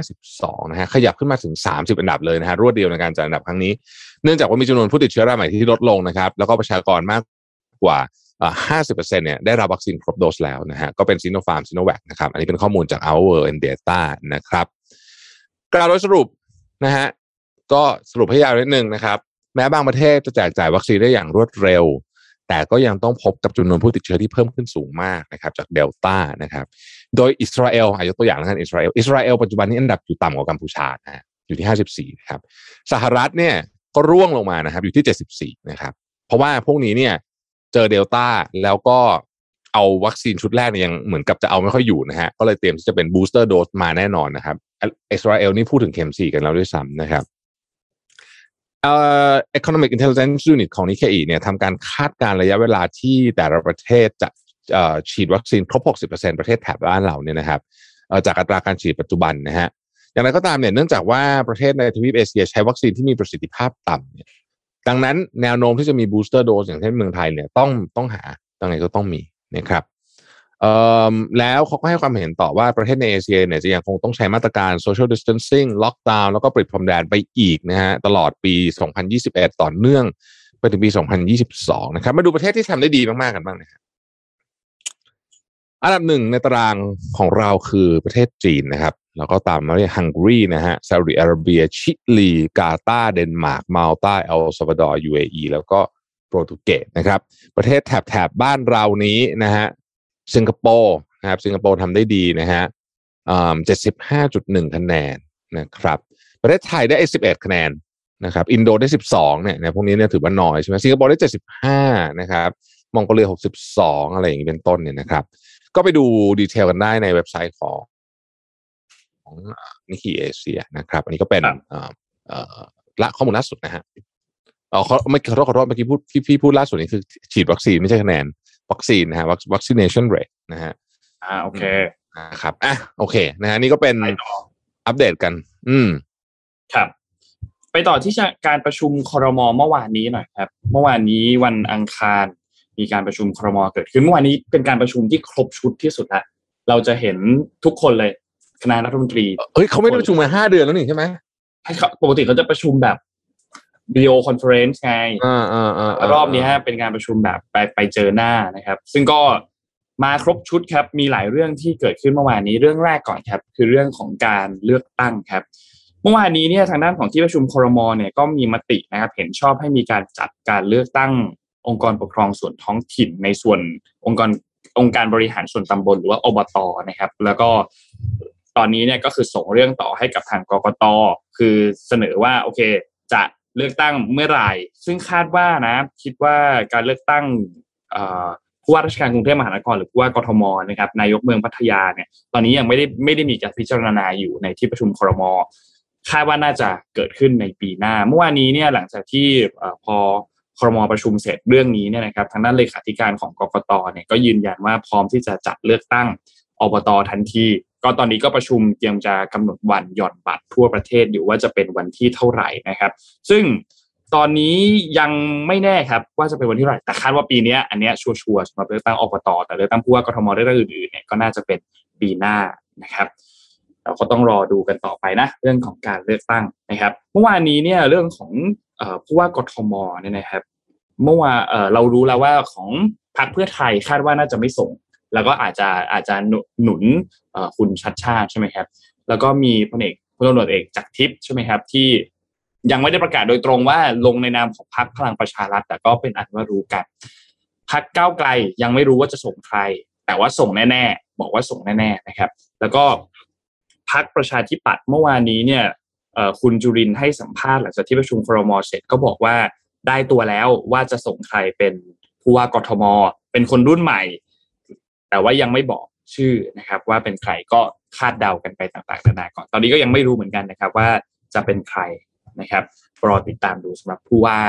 52นะฮะขยับขึ้นมาถึง30อันดับเลยนะฮะรวดเดียวในการจัดอันดับครั้งนี้เนื่องจากว่ามีจำนวนผู้ติดเชื้อรายใหม่ที่ลดลงนะครับแล้วก็ประชากรมากกว่า50% เนี่ยได้รับวัคซีนครบโดสแล้วนะฮะก็เป็นซิโนฟาร์มซิโนแวคนะครับอันนี้เป็นข้อมูลจาก Our World in Data นะครับกล่าวโดยสรุปนะฮะก็สรุปให้ยาวนิดนึงนะครับแม้บางประเทศจะแจกจ่ายวัคซีนได้อย่างรวดเร็วแต่ก็ยังต้องพบกับจำนวนผู้ติดเชื้อที่เพิ่มขึ้นสูงมากนะครับจากเดลต้านะครับโดยอิสราเอลยกตัวอย่างแล้วกันอิสราเอลปัจจุบันนี้อันดับอยู่ต่ำกว่ากัมพูชานะฮะอยู่ที่54นะครับสหรัฐเนี่ยก็ร่วงลงมานะครับอยู่ที่74นะครับเพราะว่าพวกนี้เนี่ยเจอเดลต้าแล้วก็เอาวัคซีนชุดแรกเนี่ยยังเหมือนกับจะเอาไม่ค่อยอยู่นะฮะก็เลยเตรียมที่จะเป็นบูสเตอร์โดสมาแน่นอนนะครับอิสราเอลนี่พูดถึงเข็ม4กันแล้วด้วยซ้ำนะครับEconomic Intelligence Unit ของ Nikkei เนี่ยทำการคาดการระยะเวลาที่แต่ละประเทศจะฉีดวัคซีนครบ 60% ประเทศแถบบ้านเราเนี่ยนะครับจากอัตราการฉีดปัจจุบันนะฮะอย่างไรก็ตามเนี่ยเนื่องจากว่าประเทศในทวีปเอเชียใช้วัคซีนที่มีประสิทธิภาพต่ำเนี่ยดังนั้นแนวโน้มที่จะมีบูสเตอร์โดสอย่างเช่นเมืองไทยเนี่ยต้องหาตรงไหนก็ต้องมีนะครับแล้วเขาก็ให้ความเห็นต่อว่าประเทศในเอเชียเนี่ยจะยังคงต้องใช้มาตรการ social distancing lockdown แล้วก็ปิดพรมแดนไปอีกนะฮะตลอดปี 2021 ต่อเนื่องไปถึงปี 2022 นะครับมาดูประเทศที่ทำได้ดีมากๆกันบ้างนะฮะอันดับ1ในตารางของเราคือประเทศจีนนะครับแล้วก็ตามมาด้วยฮังการีนะฮะซาอุดิอาระเบียชิลีกาตาร์เดนมาร์กมัลตาเอลซัลวาดอร์ UAE แล้วก็โปรตุเกสนะครับประเทศแถบบ้านเรานี้นะฮะสิงคโปร์นะครับสิงคโปร์ทำได้ดีนะฮะ75.1 คะแนนนะครับประเทศไทยได้11 คะแนนนะครับอินโดได้12เนี่ยพวกนี้เนี่ยถือว่าน้อยใช่ไหมสิงคโปร์ได้75นะครับมองโกเลีย62อะไรอย่างนี้เป็นต้นเนี่ยนะครับก็ไปดูดีเทลกันได้ในเว็บไซต์ของนิกกี้เอเชียนะครับอันนี้ก็เป็นละข้อมูลล่าสุดนะฮะขอโทษเมื่อกี้พี่พูดล่าสุดนี่คือฉีดวัคซีนไม่ใช่คะแนนวัคซีนนะฮะ vaccination rate นะฮะโอเคครับโอเคนะฮะนี่ก็เป็นอัปเดตกันครับไปต่อที่การประชุมครม.เมื่อวานนี้หน่อยครับเมื่อวานนี้วันอังคารมีการประชุมครม.เกิดขึ้นเมื่อวานนี้เป็นการประชุมที่ครบชุดที่สุดละเราจะเห็นทุกคนเลยคณะรัฐมนตรีเขาไม่ได้ประชุมมา5 เดือนแล้วนี่ใช่ไหมปกติเขาจะประชุมแบบวิดีโอคอนเฟอเรนซ์ไงรอบนี้เป็นการประชุมแบบไปเจอหน้านะครับซึ่งก็มาครบชุดครับมีหลายเรื่องที่เกิดขึ้นเมื่อวานนี้เรื่องแรกก่อนครับคือเรื่องของการเลือกตั้งครับเมื่อวานนี้เนี่ยทางด้านของที่ประชุมครม.เนี่ยก็มีมตินะครับเห็นชอบให้มีการจัดการเลือกตั้งองค์กรปกครองส่วนท้องถิ่นในส่วนองค์การบริหารส่วนตำบลหรือว่าอบต.นะครับแล้วก็ตอนนี้เนี่ยก็คือส่งเรื่องต่อให้กับทางกกต.คือเสนอว่าโอเคจะเลือกตั้งเมื่อไหร่ซึ่งคาดว่านะคิดว่าการเลือกตั้งผู้ว่าราชการกรุงเทพมหานครหรือผู้ว่ากทม.นะครับนายกเมืองพัทยาเนี่ยตอนนี้ยังไม่ได้มีการพิจารณาอยู่ในที่ประชุมครม.คาดว่าน่าจะเกิดขึ้นในปีหน้าเมื่อวานนี้เนี่ยหลังจากที่พอครม.ประชุมเสร็จเรื่องนี้เนี่ยนะครับทางด้านเลขาธิการของกกต.เนี่ยก็ยืนยันว่าพร้อมที่จะจัดเลือกตั้งอบต.ทันทีก็ตอนนี้ก็ประชุมเตรียมจะกำหนดวันหย่อนบัตรทั่วประเทศอยู่ว่าจะเป็นวันที่เท่าไหร่นะครับซึ่งตอนนี้ยังไม่แน่ครับว่าจะเป็นวันที่เท่าไหร่แต่คาดว่าปีนี้อันเนี้ยชัวร์ๆสำหรับเลือกตั้งอบต.แต่เลือกตั้งผู้ว่ากทมเลือกตั้งอื่นๆเนี่ยก็น่าจะเป็นปีหน้านะครับเราก็ต้องรอดูกันต่อไปนะเรื่องของการเลือกตั้งนะครับเมื่อวานนี้เนี่ยเรื่องของผู้ว่ากทมเนี่ยนะครับเมื่อวานเรารู้แล้วว่าของพรรคเพื่อไทยคาดว่าน่าจะไม่ส่งแล้วก็อาจจะหนุนคุณชัชชาติใช่ไหมครับแล้วก็มีพลตำรวจเอกจักรทิพย์ใช่ไหมครับที่ยังไม่ได้ประกาศโดยตรงว่าลงในนามของพรรคพลังประชารัฐแต่ก็เป็นอันว่ารู้กันพรรคก้าวไกลยังไม่รู้ว่าจะส่งใครแต่ว่าส่งแน่ๆบอกว่าส่งแน่ๆนะครับแล้วก็พรรคประชาธิปัตย์เมื่อวานนี้เนี่ยคุณจุรินทร์ให้สัมภาษณ์หลังจากที่ประชุมครม.เสร็จก็บอกว่าได้ตัวแล้วว่าจะส่งใครเป็นผู้ว่ากทมเป็นคนรุ่นใหม่แต่ว่ายังไม่บอกชื่อนะครับว่าเป็นใครก็คาดเดากันไปต่างๆนานาก่อนตอนนี้ก็ยังไม่รู้เหมือนกันนะครับว่าจะเป็นใครนะครับรอติดตามดูสำหรับผู้ว่า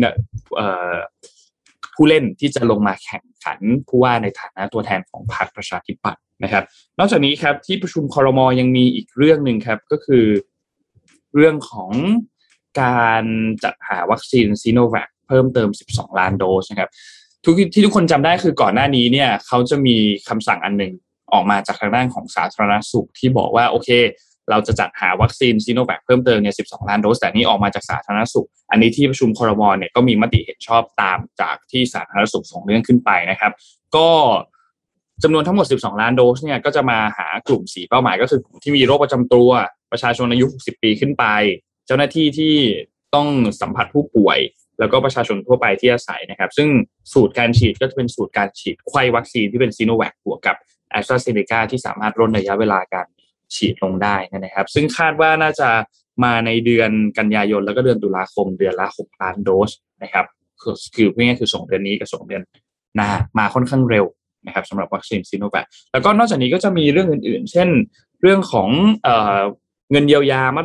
ผู้เล่นที่จะลงมาแข่งขันผู้ว่าในฐานะตัวแทนของพรรคประชาธิปัตย์นะครับนอกจากนี้ครับที่ประชุมครม.ยังมีอีกเรื่องนึงครับก็คือเรื่องของการจัดหาวัคซีนซิโนแวคเพิ่มเติม12ล้านโดสนะครับที่ทุกคนจำได้คือก่อนหน้านี้เนี่ยเขาจะมีคำสั่งอันหนึ่งออกมาจากทางด้านของสาธารณสุขที่บอกว่าโอเคเราจะจัดหาวัคซีนซิโนแวคเพิ่มเติมเนี่ย12ล้านโดสแต่นี่ออกมาจากสาธารณสุขอันนี้ที่ประชุมครม.เนี่ยก็มีมติเห็นชอบตามจากที่สาธารณสุขส่งเรื่องขึ้นไปนะครับก็จำนวนทั้งหมด12ล้านโดสเนี่ยก็จะมาหากลุ่ม4เป้าหมายก็คือกลุ่มที่มีโรคประจำตัวประชาชนอายุ60ปีขึ้นไปเจ้าหน้าที่ที่ต้องสัมผัสผู้ป่วยแล้วก็ประชาชนทั่วไปที่อาศัยนะครับซึ่งสูตรการฉีดก็จะเป็นสูตรการฉีดไข้วัคซีนที่เป็นซิโนแวคบวกกับแอสตราเซเนกาที่สามารถลดระยะเวลาการฉีดลงได้นะครับซึ่งคาดว่าน่าจะมาในเดือนกันยายนแล้วก็เดือนตุลาคมเดือนละ6ล้านโดสนะครับคือง่ายๆคือส่งเดือนนี้กับส่งเดือนหน้ามาค่อนข้างเร็วนะครับสำหรับวัคซีนซิโนแวคแล้วก็นอกจากนี้ก็จะมีเรื่องอื่นๆเช่นเรื่องของเงินเยียวยาม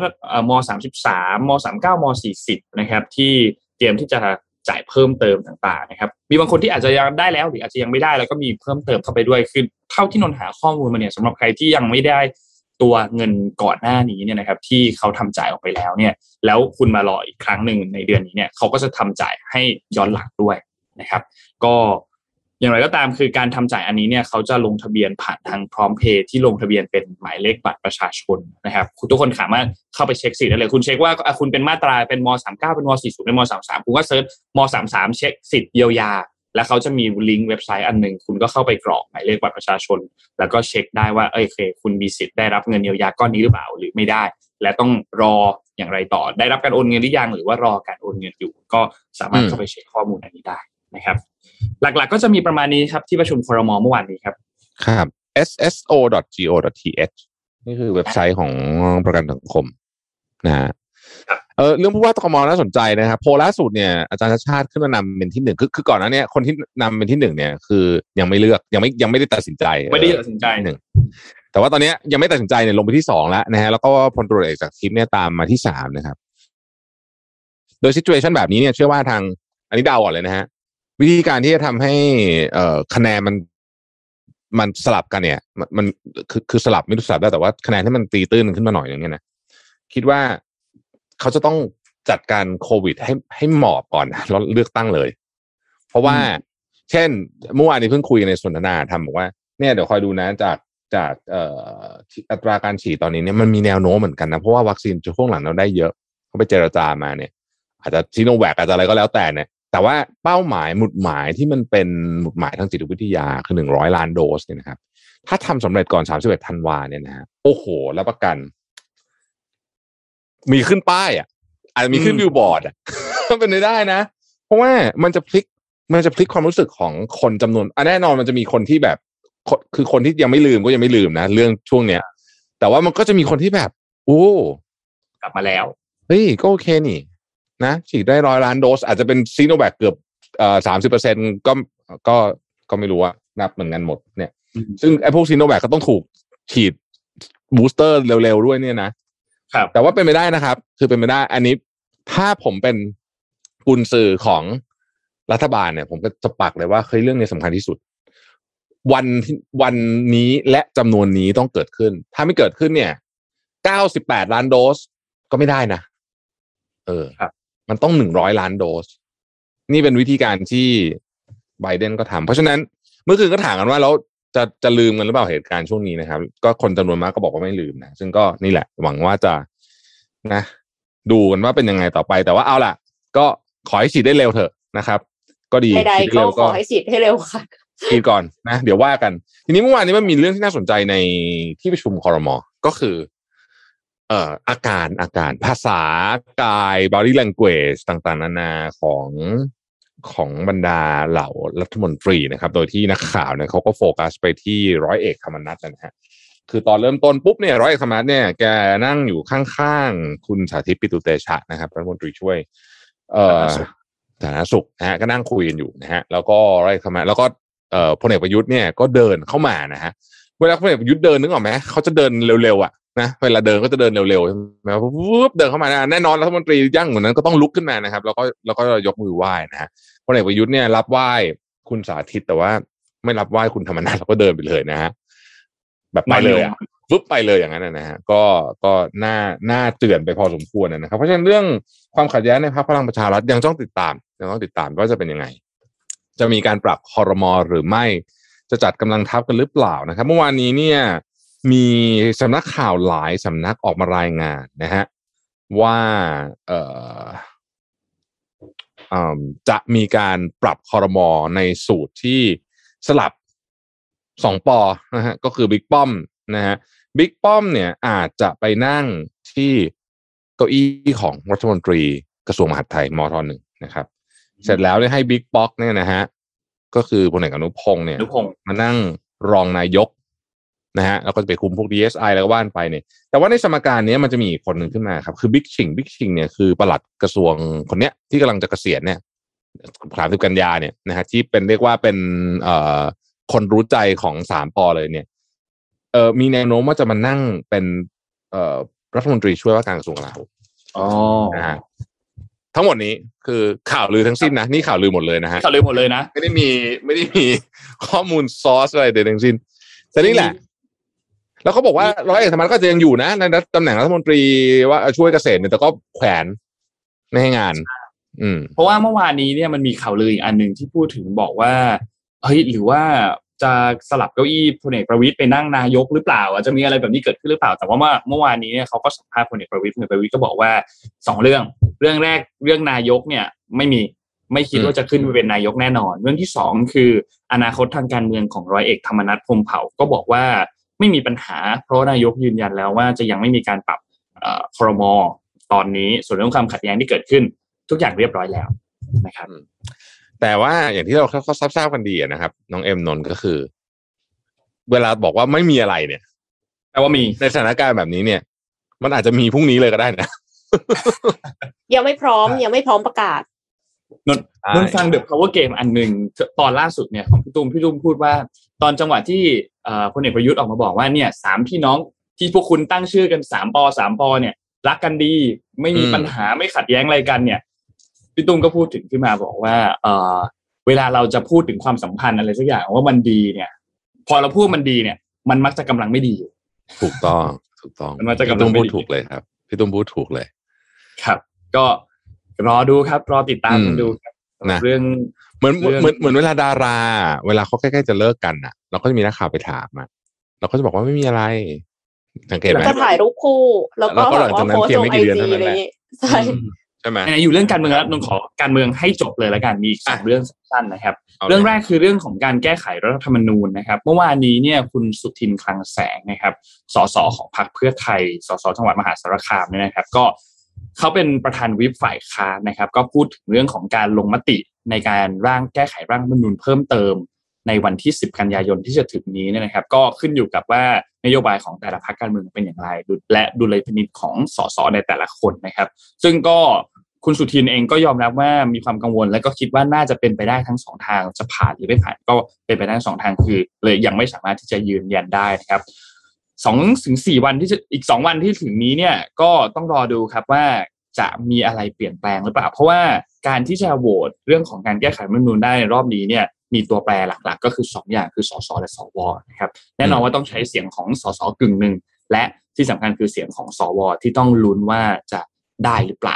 .33 ม.39 ม.40 นะครับที่เตรียมที่จะจ่ายเพิ่มเติมต่างๆนะครับมีบางคนที่อาจจะยังได้แล้วหรืออาจจะยังไม่ได้แล้วก็มีเพิ่มเติมเข้าไปด้วยคือเท่าที่นนหาข้อมูลมาเนี่ยสำหรับใครที่ยังไม่ได้ตัวเงินก่อนหน้านี้เนี่ยนะครับที่เขาทำจ่ายออกไปแล้วเนี่ยแล้วคุณมารออีกครั้งหนึ่งในเดือนนี้เนี่ยเขาก็จะทำจ่ายให้ย้อนหลังด้วยนะครับก็อย่างไรก็ตามคือการทำจ่ายอันนี้เนี่ยเขาจะลงทะเบียนผ่านทางพร้อมเพย์ที่ลงทะเบียนเป็นหมายเลขบัตรประชาชนนะครับคุณทุกคนสามารถเข้าไปเช็คสิทธิ์ได้เลยคุณเช็คว่าคุณเป็นมาตราเป็นม.39เป็นม.40เป็นม.33คุณก็เซิร์ชม.33เช็คสิทธิ์เยียวยาแล้วเขาจะมีลิงก์เว็บไซต์อันนึงคุณก็เข้าไปกรอกหมายเลขบัตรประชาชนแล้วก็เช็คได้ว่าโอเคคุณมีสิทธิ์ได้รับเงินเยียวยาก้อนนี้หรือเปล่าหรือไม่ได้และต้องรออย่างไรต่อได้รับการโอนเงินหรือยังหรือว่ารอการโอนเงินอยู่ก็สามารถเข้าไปเช็คข้อมูลอันนี้ได้นะครับหลักๆก็จะมีประมาณนี้ครับที่ประชุมครม.เมื่อวานนี้ครับครับ sso.go.th นี่คือเว็บไซต์ของประกันสังคมนะฮะเรื่องผู้ว่ากทมน่าสนใจนะครับโพลล่าสุดเนี่ยอาจารย์ชาติชาติขึ้นมานำเป็นที่หนึ่งคือก่อนหน้านี้คนที่นำเป็นที่หนึ่งเนี่ยคือยังไม่เลือกยังไม่ได้ตัดสินใจหนึ่งแต่ว่าตอนนี้ยังไม่ตัดสินใจเนี่ยลงไปที่2แล้วนะฮะแล้วก็พลตำรวจเอกจากทิพย์เนี่ยตามมาที่3นะครับโดยซิจูเอชันแบบนี้เนี่ยเชื่อว่าทางอันนี้เดาก่อนเลยนะฮะวิธีการที่จะทำให้คะแนนมันสลับกันเนี่ยมันคือสลับไม่รู้สลับได้แต่ว่าคะแนนที่มันตีตื้นขึ้นมาหน่อยอย่างเงี้ยนะคิดว่าเขาจะต้องจัดการโควิดให้หมอบก่อนแล้วเลือกตั้งเลยเพราะว่าเช่นเมื่อวานนี้เพิ่งคุยในสนทนาทำบอกว่าเนี่ยเดี๋ยวคอยดูนะจากอัตราการฉีดตอนนี้เนี่ยมันมีแนวโน้มเหมือนกันนะเพราะว่าวัคซีนช่วงหลังเราได้เยอะเขาไปเจรจามาเนี่ยอาจจะซิโนแวคอาจจะอะไรก็แล้วแต่เนี่ยแต่ว่าเป้าหมายหมุดหมายที่มันเป็นหมุดหมายทางจิตวิทยาคือ100ล้านโดสเนี่ยนะครับถ้าทำสำเร็จก่อน31ธันวาเนี่ยนะฮะโอ้โหแล้วประกันมีขึ้นป้ายอาจจะมีขึ้นบิลบอร์ดก็เป็นไปได้นะเพราะว่ามันจะพลิกความรู้สึกของคนจำนวนแน่นอนมันจะมีคนที่แบบคือคนที่ยังไม่ลืมก็ยังไม่ลืมนะเรื่องช่วงเนี้ยแต่ว่ามันก็จะมีคนที่แบบโอ้กลับมาแล้วเฮ้ยก็โอเคนี่นะฉีดได้100ล้านโดสอาจจะเป็นซีโนแวคเกือบ30% ก็ไม่รู้ว่านับเหมือนกันหมดเนี่ยซึ่งไอ้พวกซีโนแวคก็ต้องถูกฉีดบูสเตอร์เร็วๆด้วยเนี่ยนะครับแต่ว่าเป็นไม่ได้นะครับคือเป็นไม่ได้อันนี้ถ้าผมเป็นกุญสือของรัฐบาลเนี่ยผมก็จะปักเลยว่าเฮ้ยเรื่องนี้สำคัญที่สุดวันนี้และจำนวนนี้ต้องเกิดขึ้นถ้าไม่เกิดขึ้นเนี่ย98ล้านโดสก็ไม่ได้นะครับมันต้อง100 ล้านโดสนี่เป็นวิธีการที่ไบเดนก็ทำเพราะฉะนั้นเมื่อคืนก็ถามกันว่าแล้วจะลืมกันหรือเปล่าเหตุการณ์ช่วงนี้นะครับก็คนจำนวนมากก็บอกว่าไม่ลืมนะซึ่งก็นี่แหละหวังว่าจะนะดูกันว่าเป็นยังไงต่อไปแต่ว่าเอาล่ะก็ขอให้ฉีดได้เร็วเถอะนะครับก็ดีใดๆก็ขอให้ฉีดให้เร็วค่ะฉีดก่อนนะเดี๋ยวว่ากันทีนี้เมื่อวานนี้มันมีเรื่องที่น่าสนใจในที่ประชุมครม.ก็คืออาการภาษากาย body language ต่างๆนานาของบรรดาเหล่ารัฐมนตรีนะครับโดยที่นักข่าวเนี่ยเขาก็โฟกัสไปที่ร้อยเอกธรรมนัสนะฮะคือตอนเริ่มต้นปุ๊บเนี่ยร้อยเอกธรรมนัสเนี่ยแกนั่งอยู่ข้างๆคุณสาธิตปิตุเตชะนะครับรัฐมนตรีช่วยสาธารณสุขนะฮะก็นั่งคุยกันอยู่นะฮะแล้วก็ร้อยเอกธรรมนัสแล้วก็พลเอกประยุทธ์เนี่ยก็เดินเข้ามานะฮะเวลาพลเอกประยุทธ์เดินนึกออกไหมเขาจะเดินเร็วๆอ่ะนะเวลาเดินก็จะเดินเร็วๆใช่ไหมปุ๊บเดินเข้ามานะแน่นอนรัฐมนตรียั่งเหมือนนั้นก็ต้องลุกขึ้นมานะครับแล้วก็ยกมือไหว้นะฮะพลเอกประยุทธ์เนี่ยรับไหว้คุณสาธิตแต่ว่าไม่รับไหว้คุณธรรมนัสแล้วก็เดินไปเลยนะฮะแบบไปเลยอ่ะปุ๊บไปเลยอย่างนั้นนะฮะก็น่าเตือนไปพอสมควรนะครับเพราะฉะนั้นเรื่องความขัดแย้งในพรรคพลังประชารัฐยังต้องติดตามว่าจะเป็นยังไงจะมีการปรับครม.หรือไม่จะจัดกำลังทัพกันหรือเปล่านะครับเมื่อวานนี้เนี่ยมีสำนักข่าวหลายสำนักออกมารายงานนะฮะว่าจะมีการปรับครม.ในสูตรที่สลับ2 ป.นะฮะก็คือบิ๊กป้อมนะฮะบิ๊กป้อมเนี่ยอาจจะไปนั่งที่เก้าอี้ของรัฐมนตรีกระทรวงมหาดไทยมท.1นะครับเสร็จแล้วเนี่ยให้บิ๊กป๊อกเนี่ยนะฮะก็คือพลเอกอนุพงษ์เนี่ยมานั่งรองนายกนะฮะแล้วก็จะไปคุมพวก DSI แล้วก็ว่านไปเนี่ยแต่ว่าในสมการนี้มันจะมีอีกคนหนึ่งขึ้นมาครับคือบิ๊กชิงเนี่ยคือปลัดกระทรวงคนเนี้ยที่กำลังจะเกษียณเนี่ย30 กันยาเนี่ยนะฮะที่เป็นเรียกว่าเป็นคนรู้ใจของ3 ป.เลยเนี่ยมีแนวโน้มว่าจะมานั่งเป็นรัฐมนตรีช่วยว่าการกระทรวงกลาโหมนะฮะทั้งหมดนี้คือข่าวลือทั้งสิ้นนะนี่ข่าวลือหมดเลยนะฮะข่าวลือหมดเลยนะไม่ได้มีข้อมูลซอสอะไรใดทั้งสิ้นแต่นี่แหละแล้วเขาบอกว่าร้อยเอกธรรมนัสก็จะยังอยู่นะในตำแหน่งรัฐมนตรีว่าช่วยเกษตรเนี่ยแต่ก็แขวนไม่ให้งานเพราะว่าเมื่อวานนี้เนี่ยมันมีข่าวลืออีกอันหนึ่งที่พูดถึงบอกว่าเฮ้ยหรือว่าจะสลับเก้าอี้พลเอกประวิตรไปนั่งนายกหรือเปล่าจะมีอะไรแบบนี้เกิดขึ้นหรือเปล่าแต่ว่าเมื่อวานนี้เนี่ยเขาก็สัมภาษณ์พลเอกประวิตรก็บอกว่า2 เรื่องแรกเรื่องนายกเนี่ยไม่คิดว่าจะขึ้นไปเป็นนายกแน่นอนเรื่องที่2คืออนาคตทางการเมืองของร้อยเอกธรรมนัสพรหมเผ่าก็บอกว่าไม่มีปัญหาเพราะนายกยืนยันแล้วว่าจะยังไม่มีการปรับครม.ตอนนี้ส่วนเรื่องความขัดแย้งที่เกิดขึ้นทุกอย่างเรียบร้อยแล้วนะครับแต่ว่าอย่างที่เราทราบกันดีนะครับน้องเอ็มนนท์ก็คือเวลาบอกว่าไม่มีอะไรเนี่ยแต่ว่ามีในสถานการณ์แบบนี้เนี่ยมันอาจจะมีพรุ่งนี้เลยก็ได้นะยังไม่พร้อมประกาศนนฟัง The Power Game อันหนึ่งตอนล่าสุดเนี่ยของพี่ตุ้มพูดว่าตอนจังหวะที่พลเอกประยุทธ์ออกมาบอกว่าเนี่ย3 พี่น้องที่พวกคุณตั้งชื่อกัน3 ป.เนี่ยรักกันดีไม่มีปัญหาไม่ขัดแย้งอะไรกันเนี่ยพี่ตุ้มก็พูดถึงขึ้นมาบอกว่าเวลาเราจะพูดถึงความสัมพันธ์อะไรสักอย่างว่ามันดีเนี่ยพอเราพูดมันดีเนี่ยมันมักจะกำลังไม่ดีอยู่ถูกต้องมันมักจะกำลังไม่ดีถูกเลยครับพี่ตุ้มพูดถูกเลยครับก็รอดูครับรอติดตามกันดูครับนะเรื่องเหมือนเวลาดาราเวลาเขาใกล้ๆจะเลิกกันอ่ะเราก็จะมีนักข่าวไปถามอ่ะเราก็จะบอกว่าไม่มีอะไรสังเกตไหมก็ถ่ายรูปคู่แล้วก็หลังจากนั้นเพียงไม่กี่เดือนเท่านั้นแหละใช่ไหมอยู่เรื่องการเมืองแล้วนนขอการเมืองให้จบเลยแล้วกันมี2 เรื่องสั้นๆนะครับเรื่องแรกคือเรื่องของการแก้ไขรัฐธรรมนูญนะครับเมื่อวานนี้เนี่ยคุณสุทินคลังแสงนะครับสสของพรรคเพื่อไทยสสจังหวัดมหาสารคามเนี่ยนะครับก็เขาเป็นประธานวิปฝ่ายค้านนะครับก็พูดถึงเรื่องของการลงมติในการแก้ไขร่างรัฐธรรมนูญเพิ่มเติมในวันที่10 กันยายนที่จะถึงนี้เนี่ยนะครับก็ขึ้นอยู่กับว่านโยบายของแต่ละพรรคการเมืองเป็นอย่างไรและดุลยพินิจของสสในแต่ละคนนะครับซึ่งก็คุณสุทินเองก็ยอมรับว่ามีความกังวลและก็คิดว่าน่าจะเป็นไปได้ทั้ง2 ทางจะผ่านหรือไม่ผ่านก็เป็นไปได้ทั้ง2 ทางคือเลยยังไม่สามารถที่จะยืนยันได้นะครับ2-4 วันที่จะอีก2 วันที่ถึงนี้เนี่ยก็ต้องรอดูครับว่าจะมีอะไรเปลี่ยนแปลงหรือเปล่าเพราะว่าการที่จะโหวตเรื่องของการแก้ไขรัฐธรรมนูญได้ในรอบนี้เนี่ยมีตัวแปรหลักๆก็คือ2 อย่างคือสสและสวนะครับแน่นอนว่าต้องใช้เสียงของสสกึ่งหนึ่งและที่สำคัญคือเสียงของสวที่ต้องลุ้นว่าจะได้หรือเปล่า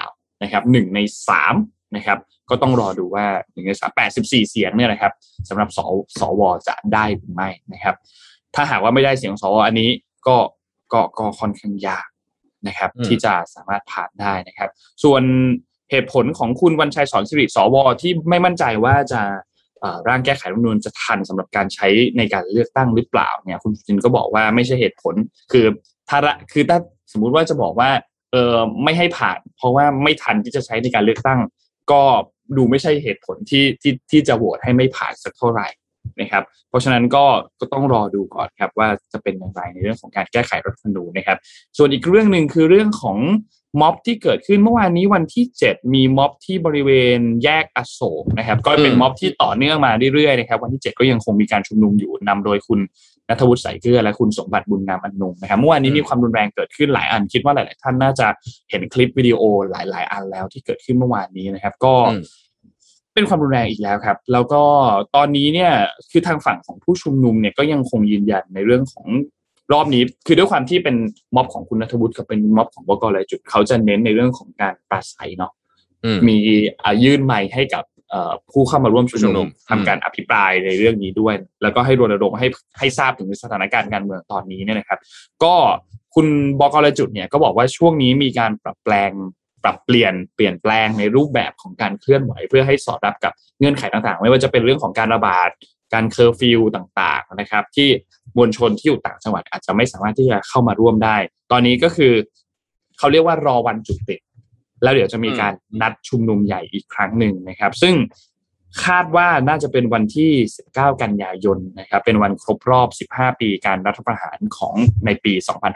นะครับ1 ใน 3นะครับก็ต้องรอดูว่า1 ใน 3 84 เสียงเนี่ยนะครับสำหรับสวจะได้หรือไม่นะครับถ้าหากว่าไม่ได้เสียงสวอันนี้ก็ค่อนข้างยากนะครับที่จะสามารถผ่านได้นะครับส่วนเหตุผลของคุณวรรณชัยสอนสิริสวที่ไม่มั่นใจว่าจะร่างแก้ไขรัฐธรรมนูญจะทันสำหรับการใช้ในการเลือกตั้งหรือเปล่าเนี่ยคุณสุทินก็บอกว่าไม่ใช่เหตุผลคือถ้าสมมุติว่าจะบอกว่าไม่ให้ผ่านเพราะว่าไม่ทันที่จะใช้ในการเลือกตั้งก็ดูไม่ใช่เหตุผลที่จะโหวตให้ไม่ผ่านสักเท่าไหร่นะครับเพราะฉะนั้นก็ต้องรอดูก่อนครับว่าจะเป็นอย่างไรในเรื่องของการแก้ไขรัฐธรรมนูญนะครับส่วนอีกเรื่องนึงคือเรื่องของม็อบที่เกิดขึ้นเมื่อวานนี้วันที่7มีม็อบที่บริเวณแยกอโศกนะครับก็เป็นม็อบที่ต่อเนื่องมาเรื่อยๆนะครับวันที่7ก็ยังคงมีการชุมนุมอยู่นำโดยคุณณัฐวุฒิ สายเกลือและคุณสมบัติบุญงามอนงค์นะครับเมื่อวานนี้มีความรุนแรงเกิดขึ้นหลายอันคิดว่าหลายๆท่านน่าจะเห็นคลิปวิดีโอหลายๆอันแล้วที่เกิดขึ้นเมื่อวานนี้นะครับก็เป็นความรุนแรงอีกแล้วครับแล้วก็ตอนนี้เนี่ยคือทางฝั่งของผู้ชุมนุมเนี่ยก็ยังคงยืนยันในเรื่องของรอบนี้คือด้วยความที่เป็นม็อบของคุณณัฐวุฒิกับเป็นม็อบของบก.รายจุดเขาจะเน้นในเรื่องของการปราศัยเนาะมียื่นไมค์ให้กับผู้เข้ามาร่วมชุมนุมทำการอภิปรายในเรื่องนี้ด้วยแล้วก็ให้รณรงค์ให้ทราบถึงสถานการณ์การเมืองตอนนี้เนี่ยนะครับก็คุณบก.รายจุดเนี่ยก็บอกว่าช่วงนี้มีการปรับเปลี่ยนแปลงในรูปแบบของการเคลื่อนไหวเพื่อให้สอดรับกับเงื่อนไขต่างๆไม่ว่าจะเป็นเรื่องของการระบาดการเคอร์ฟิวต่างๆนะครับที่มวลชนที่อยู่ต่างจังหวัดอาจจะไม่สามารถที่จะเข้ามาร่วมได้ตอนนี้ก็คือเขาเรียกว่ารอวันจุดติดแล้วเดี๋ยวจะมีการนัดชุมนุมใหญ่อีกครั้งหนึ่งนะครับซึ่งคาดว่าน่าจะเป็นวันที่19กันยายนนะครับเป็นวันครบรอบ15ปีการรัฐประหารของในปี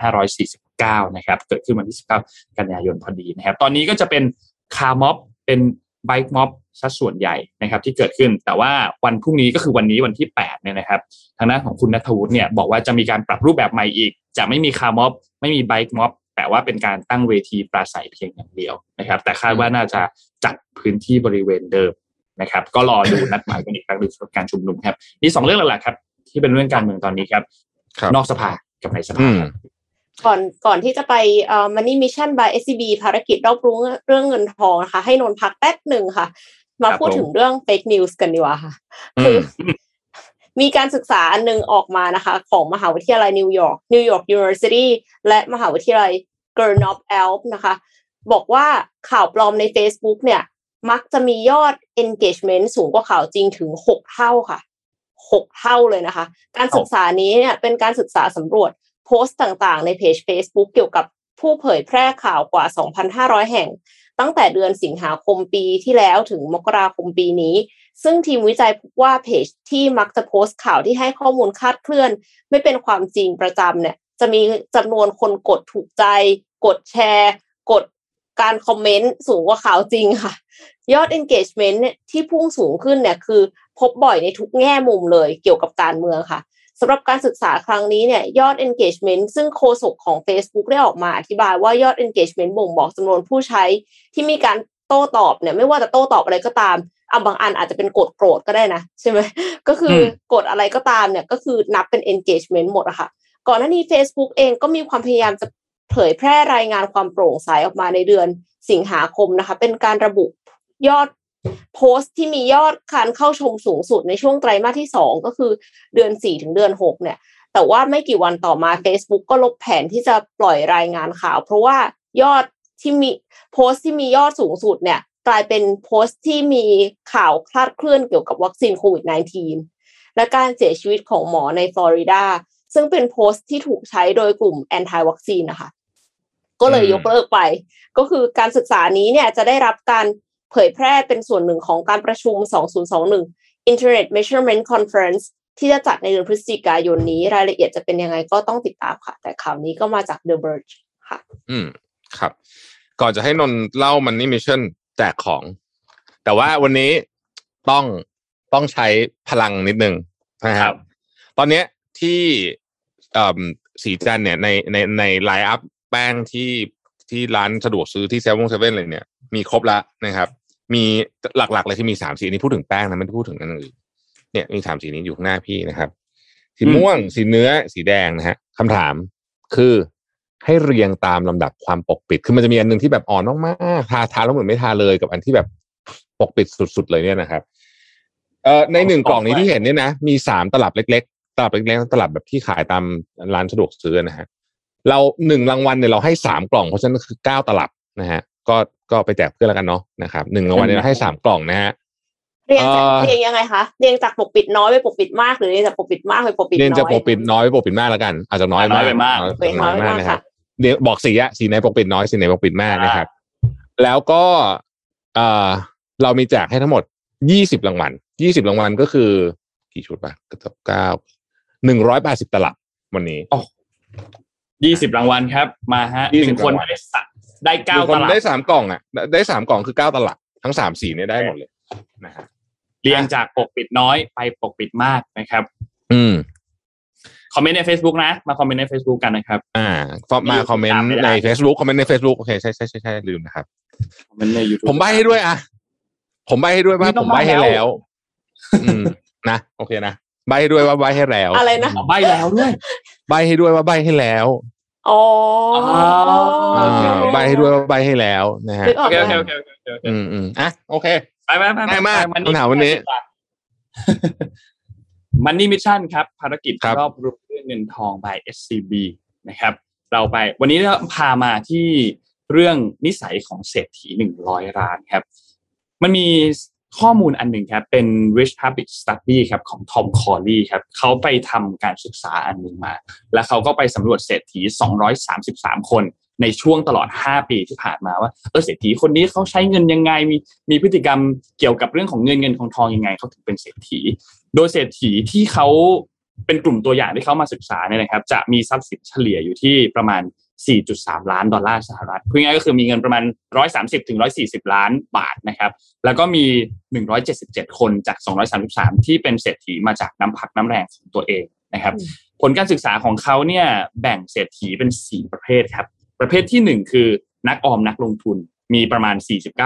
2549นะครับเกิดขึ้นวันที่19กันยายนพอดีนะครับตอนนี้ก็จะเป็นคาร์ม็อบเป็นไบค์ม็อบซะส่วนใหญ่นะครับที่เกิดขึ้นแต่ว่าวันพรุ่งนี้ก็คือวันนี้วันที่8เนี่ยนะครับทางด้านของคุณณัฐวุฒิเนี่ยบอกว่าจะมีการปรับรูปแบบใหม่อีกจะไม่มีคาร์ม็อบไม่มีไบค์ม็อบแต่ว่าเป็นการตั้งเวทีปราศัยเพียงอย่างเดียวนะครับแต่คาดว่าน่าจะจัดพื้นที่บริเวณเดิมนะครับก็รอดูนัดหมายกันอีกครั้งหนึ่งสำหรับการชุมนุมครับมี2เรื่องหลักๆครับที่เป็นเรื่องการเมืองตอนนี้ครับนอกสภากับในสภาก่อนที่จะไปMoney Mission by SCB ภารกิจรอบรู้เรื่องเงินทองนะคะให้นนท์พักแป๊บนึงค่ะมาพูดถึงเรื่อง fake news กันดีกว่าค่ะคือมีการศึกษาอันนึงออกมานะคะของมหาวิทยาลัยนิวยอร์ก University และมหาวิทยาลัย Grenoble นะคะบอกว่าข่าวปลอมใน Facebook เนี่ยมักจะมียอด engagement สูงกว่าข่าวจริงถึง6เท่าค่ะ6เท่าเลยนะคะการศึกษานี้เนี่ยเป็นการศึกษาสำรวจโพสต์ต่างๆในเพจ Facebook เกี่ยวกับผู้เผยแพร่ข่าวกว่า 2,500 แห่งตั้งแต่เดือนสิงหาคมปีที่แล้วถึงมกราคมปีนี้ซึ่งทีมวิจัยพบว่าเพจที่มักจะโพสต์ข่าวที่ให้ข้อมูลคลาดเคลื่อนไม่เป็นความจริงประจำเนี่ยจะมีจำนวนคนกดถูกใจกดแชร์กดการคอมเมนต์สูงกว่าข่าวจริงค่ะยอด engagement เนี่ยที่พุ่งสูงขึ้นเนี่ยคือพบบ่อยในทุกแง่มุมเลยเกี่ยวกับการเมืองค่ะสำหรับการศึกษาครั้งนี้เนี่ยยอด engagement ซึ่งโฆษกของ Facebook ได้ออกมาอธิบายว่ายอด engagement บ่งบอกจำนวนผู้ใช้ที่มีการโต้ตอบเนี่ยไม่ว่าจะโต้ตอบอะไรก็ตามบางอันอาจจะเป็นกดโกรธก็ได้นะใช่ไหมก็คือกดอะไรก็ตามเนี่ยก็คือนับเป็น engagement หมดอะค่ะก่อนหน้านี้ Facebook เองก็มีความพยายามจะเผยแพร่รายงานความโปร่งใสออกมาในเดือนสิงหาคมนะคะเป็นการระบุยอดโพสต์ที่มียอดการเข้าชมสูงสุดในช่วงไตรมาสที่2ก็คือเดือน4ถึงเดือน6เนี่ยแต่ว่าไม่กี่วันต่อมา Facebook ก็ลบแผนที่จะปล่อยรายงานข่าวเพราะว่ายอดที่มีโพสต์ที่มียอดสูงสุดเนี่ยกลายเป็นโพสต์ที่มีข่าวคลาดเคลื่อนเกี่ยวกับวัคซีนโควิด -19 และการเสียชีวิตของหมอในฟลอริดาซึ่งเป็นโพสต์ที่ถูกใช้โดยกลุ่มแอนตี้วัคซีนนะคะก็เลยยกเลิกไปก็คือการศึกษานี้เนี่ยจะได้รับการเผยแพร่เป็นส่วนหนึ่งของการประชุม2021 Internet Measurement Conference ที่จะจัดในเดือนพฤศจิกายนนี้รายละเอียดจะเป็นยังไงก็ต้องติดตามค่ะแต่ข่าวนี้ก็มาจาก The Verge ค่ะครับก่อนจะให้นนเล่าMoney Mission แจกของแต่ว่าวันนี้ต้องใช้พลังนิดนึงนะครับตอนนี้ที่สีจันเนี่ยในไลน์อัพแป้งที่ร้านสะดวกซื้อที่7-11เลยเนี่ยมีครบแล้วนะครับมีหลักๆเลยที่มี3สีนี้พูดถึงแป้งนะไม่ได้พูดถึงอันอื่นเนี่ยมี3สีนี้อยู่ข้างหน้าพี่นะครับสีม่วงสีเนื้อสีแดงนะฮะคำถามคือให้เรียงตามลำดับความปกปิดคือมันจะมีอันนึงที่แบบอ่อนมากๆทาแล้วเหมือนไม่ทาเลยกับอันที่แบบปกปิดสุดๆเลยเนี่ยนะครับใน1กล่องนี้ที่เห็นเนี่ยนะมี3ตลับเล็กๆตลับเล็กๆตลับแบบที่ขายตามร้านสะดวกซื้อนะฮะเรา1รางวัลเนี่ยเราให้3กล่องเพราะฉะนั้นคือ9ตลับนะฮะก็ไปแจกเพื่อนแล้วกันเนาะนะครับ1รางวัลเนี่ยเราให้3กล่องนะฮะเรียงยังไงคะเรียงจากปกปิดน้อยไปปกปิดมากหรือเรียงจากปกปิดมากไปปกปิดน้อยเรียงจากปกปิดน้อยไปปกปิดมากแล้วกันอาจจะน้อยไปมากนะครับเดี๋ยวบอกสีสีไหนปกปิดน้อยสีไหนปกปิดมากนะครับแล้วก็เรามีแจกให้ทั้งหมด20รางวัล20รางวัลก็คือกี่ชุดป่ะ180ตลับวันนี้ 20รางวัลครับมาฮะ1คนได้9ตลับได้3กล่องอ่ะได้3กล่องคือ9ตลับทั้ง3สีเนี่ยได้หมดเลยนะฮะเรียงจากปกปิดน้อยไปปกปิดมากนะครับคอมเมนต์ใน Facebook นะมาคอมเมนต์ใน Facebook กันนะครับมาคอมเมนต์ใน Facebook คอมเมนต์ใน Facebook โอเคใช่ลืมนะครับคอมเมนต์ใน YouTube ผมใบ้ให้ด้วยผมใบ้ให้ด้วยว่าผมใบ้ให้แล้วนะโอเคนะใบ้ให้ด้วยว่าใบ้ให้แล้วอะไรนะใบ้แล้วด้วยใบ้ให้ด้วยว่าใบ้ให้แล้วใบ้ให้ด้วยว่าใบ้ให้แล้วนะฮะโอเคโอเคไปมากปัญหาวันนี้ Money Mission ครับภารกิจรอบรู้เรื่องเงินทอง by SCB นะครับเราไปวันนี้เราพามาที่เรื่องนิสัยของเศรษฐี100ล้านครับมันมีข้อมูลอันหนึ่งครับเป็น Rich Habit Study ครับของ Tom Corley ครับเขาไปทำการศึกษาอันหนึ่งมาแล้วเขาก็ไปสำรวจเศรษฐี233คนในช่วงตลอด5ปีที่ผ่านมาว่าเศรษฐีคนนี้เขาใช้เงินยังไงมีพฤติกรรมเกี่ยวกับเรื่องของเงินทองยังไงเขาถึงเป็นเศรษฐีโดยเศรษฐีที่เขาเป็นกลุ่มตัวอย่างที่เขามาศึกษาเนี่ยนะครับจะมีทรัพย์สินเฉลี่ยอยู่ที่ประมาณ 4.3 ล้านดอลลาร์สหรัฐพูดง่ายๆก็คือมีเงินประมาณ130ถึง140ล้านบาทนะครับแล้วก็มี177คนจาก233ที่เป็นเศรษฐีมาจากน้ำพักน้ำแรงของตัวเองนะครับผลการศึกษาของเขาเนี่ยแบ่งเศรษฐีเป็น4ประเภทครับประเภทที่1คือนักออมนักลงทุนมีประมาณ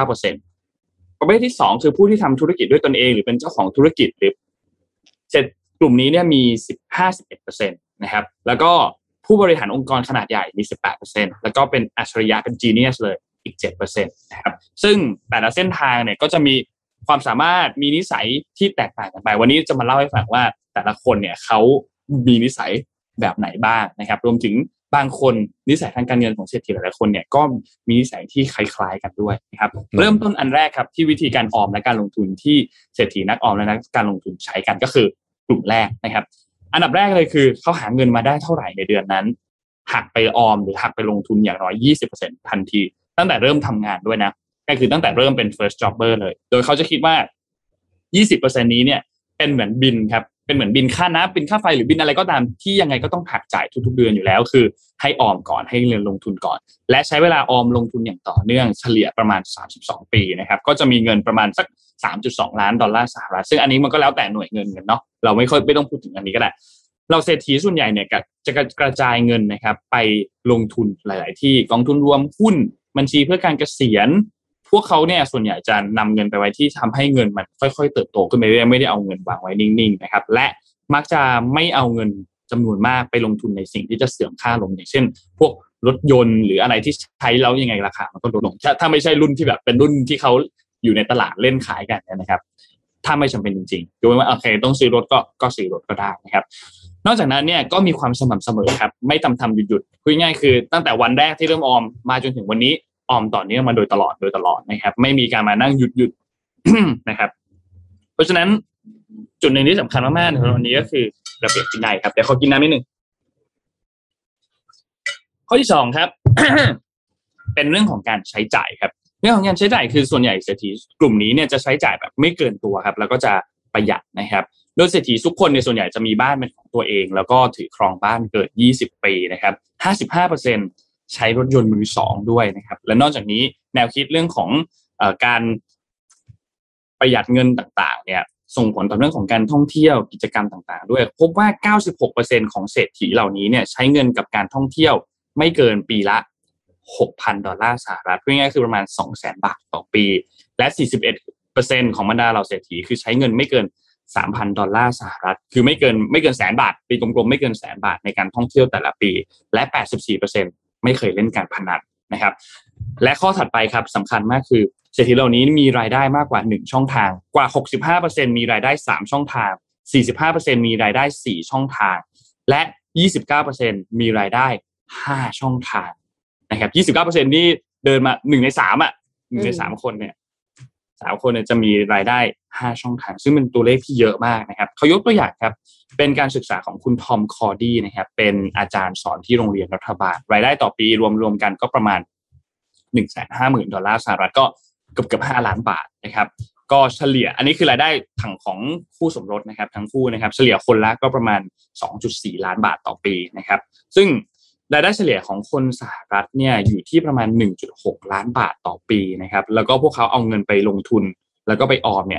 49% ประเภทที่2คือผู้ที่ทำธุรกิจด้วยตนเองหรือเป็นเจ้าของธุรกิจหรือกลุ่มนี้เนี่ยมี 51% นะครับแล้วก็ผู้บริหารองค์กรขนาดใหญ่มี 18% แล้วก็เป็นอัจฉริยะเป็นจีเนียสเลยอีก 7% นะครับซึ่งแต่ละเส้นทางเนี่ยก็จะมีความสามารถมีนิสัยที่แตกต่างกันไปวันนี้จะมาเล่าให้ฟังว่าแต่ละคนเนี่ยเขามีนิสัยแบบไหนบ้างนะครับรวมถึงบางคนนิสัยทางการเงินของเศรษฐีหลายๆคนเนี่ยก็มีนิสัยที่คล้ายๆกันด้วยนะครับเริ่มต้นอันแรกครับที่วิธีการออมและการลงทุนที่เศรษฐีนักออมและนักการลงทุนใช้กันก็คือกลุ่มแรกนะครับอันดับแรกเลยคือเขาหาเงินมาได้เท่าไหร่ในเดือนนั้นหักไปออมหรือหักไปลงทุนอย่างน้อย 20% ทันทีตั้งแต่เริ่มทำงานด้วยนะก็คือตั้งแต่เริ่มเป็น first jobber เลยโดยเขาจะคิดว่า 20% นี้เนี่ยเป็นเหมือนบินครับเป็นเหมือนบินค่าน้ำบินค่าไฟหรือบินอะไรก็ตามที่ยังไงก็ต้องหักจ่ายทุกๆเดือนอยู่แล้วคือให้ออมก่อนให้เงินลงทุนก่อนและใช้เวลาออมลงทุนอย่างต่อเนื่องเฉลี่ยประมาณ32ปีนะครับก็จะมีเงินประมาณสัก 3.2 ล้านดอลลาร์สหรัฐซึ่งอันนี้มันก็แล้วแต่หน่วยเงินเนาะเราไม่ต้องพูดถึงอันนี้ก็ได้เราเศรษฐีส่วนใหญ่เนี่ยจะกระจายเงินนะครับไปลงทุนหลายๆที่กองทุนรวมหุ้นบัญชีเพื่อการเกษียณพวกเขาเนี่ยส่วนใหญ่จะนำเงินไปไว้ที่ทำให้เงินมันค่อยๆเติบโตขึ้นไปเรื่อยๆไม่ได้เอาเงินวางไว้นิ่งๆนะครับและมักจะไม่เอาเงินจำนวนมากไปลงทุนในสิ่งที่จะเสื่อมค่าลงอย่างเช่นพวกรถยนต์หรืออะไรที่ใช้แล้วยังไงราคามันก็ลดลงถ้าไม่ใช่รุ่นที่แบบเป็นรุ่นที่เขาอยู่ในตลาดเล่นขายกันนะครับถ้าไม่จำเป็นจริงๆยกเว้นว่าโอเคต้องซื้อรถก็ซื้อรถก็ได้นะครับนอกจากนั้นเนี่ยก็มีความสม่ำเสมอครับไม่ทำหยุดพูดง่ายคือตั้งแต่วันแรกที่เริ่มออมมาจนถึงวันนี้ออมต่อเนื่องมาโดยตลอดนะครับไม่มีการมานั่งหยุด นะครับเพราะฉะนั้นจุดหนึ่งที่สำคัญมากๆในวันนี้ก็คือระเบียบวินัยครับเดี๋ยวขอกินน้ำนิดนึงข้อที่2ครับ เป็นเรื่องของการใช้จ่ายครับเรื่องของการใช้จ่ายคือส่วนใหญ่เศรษฐีกลุ่มนี้เนี่ยจะใช้จ่ายแบบไม่เกินตัวครับแล้วก็จะประหยัดนะครับโดยเศรษฐีทุกคนในส่วนใหญ่จะมีบ้านเป็นของตัวเองแล้วก็ถือครองบ้านเกิน20ปีนะครับ 55% ใช้รถยนต์มือ2ด้วยนะครับและนอกจากนี้แนวคิดเรื่องของการประหยัดเงินต่างๆเนี่ยส่งผลต่อเรื่องของการท่องเที่ยวกิจกรรมต่างๆด้วยพบว่า 96% ของเศรษฐีเหล่านี้เนี่ยใช้เงินกับการท่องเที่ยวไม่เกินปีละ 6,000 ดอลลาร์สหรัฐง่ายๆคือประมาณ 200,000 บาทต่อปีและ 41% ของบรรดาเหล่าเศรษฐีคือใช้เงินไม่เกิน 3,000 ดอลลาร์สหรัฐคือไม่เกิน100,000 บาทปีกลมๆไม่เกิน100,000 บาทในการท่องเที่ยวแต่ละปีและ 84% ไม่เคยเล่นการพนันนะครับและข้อถัดไปครับสำคัญมากคือเศรษฐีเหล่านี้มีรายได้มากกว่า1ช่องทางกว่า 65% มีรายได้3ช่องทาง 45% มีรายได้4ช่องทางและ 29% มีรายได้5ช่องทางนะครับ 29% นี่เดินมา1ใน3อ่ะ1ใน3คนเนี่ย3คนเนี่ยจะมีรายได้5ช่องทางซึ่งเป็นตัวเลขที่เยอะมากนะครับเขายกตัวอย่างครับเป็นการศึกษาของคุณทอมคอร์ดี้นะครับเป็นอาจารย์สอนที่โรงเรียนรัฐบาลรายได้ต่อปีรวมๆกันก็ประมาณ 150,000 ดอลลาร์สหรัฐก็เกือบ5ล้านบาทนะครับก็เฉลี่ยอันนี้คือรายได้ทั้งของคู่สมรสนะครับทั้งคู่นะครับเฉลี่ยคนละก็ประมาณ 2.4 ล้านบาทต่อปีนะครับซึ่งรายได้เฉลี่ยของคนสหรัฐเนี่ยอยู่ที่ประมาณ 1.6 ล้านบาทต่อปีนะครับแล้วก็พวกเขาเอาเงินไปลงทุนแล้วก็ไปออมเนี่ย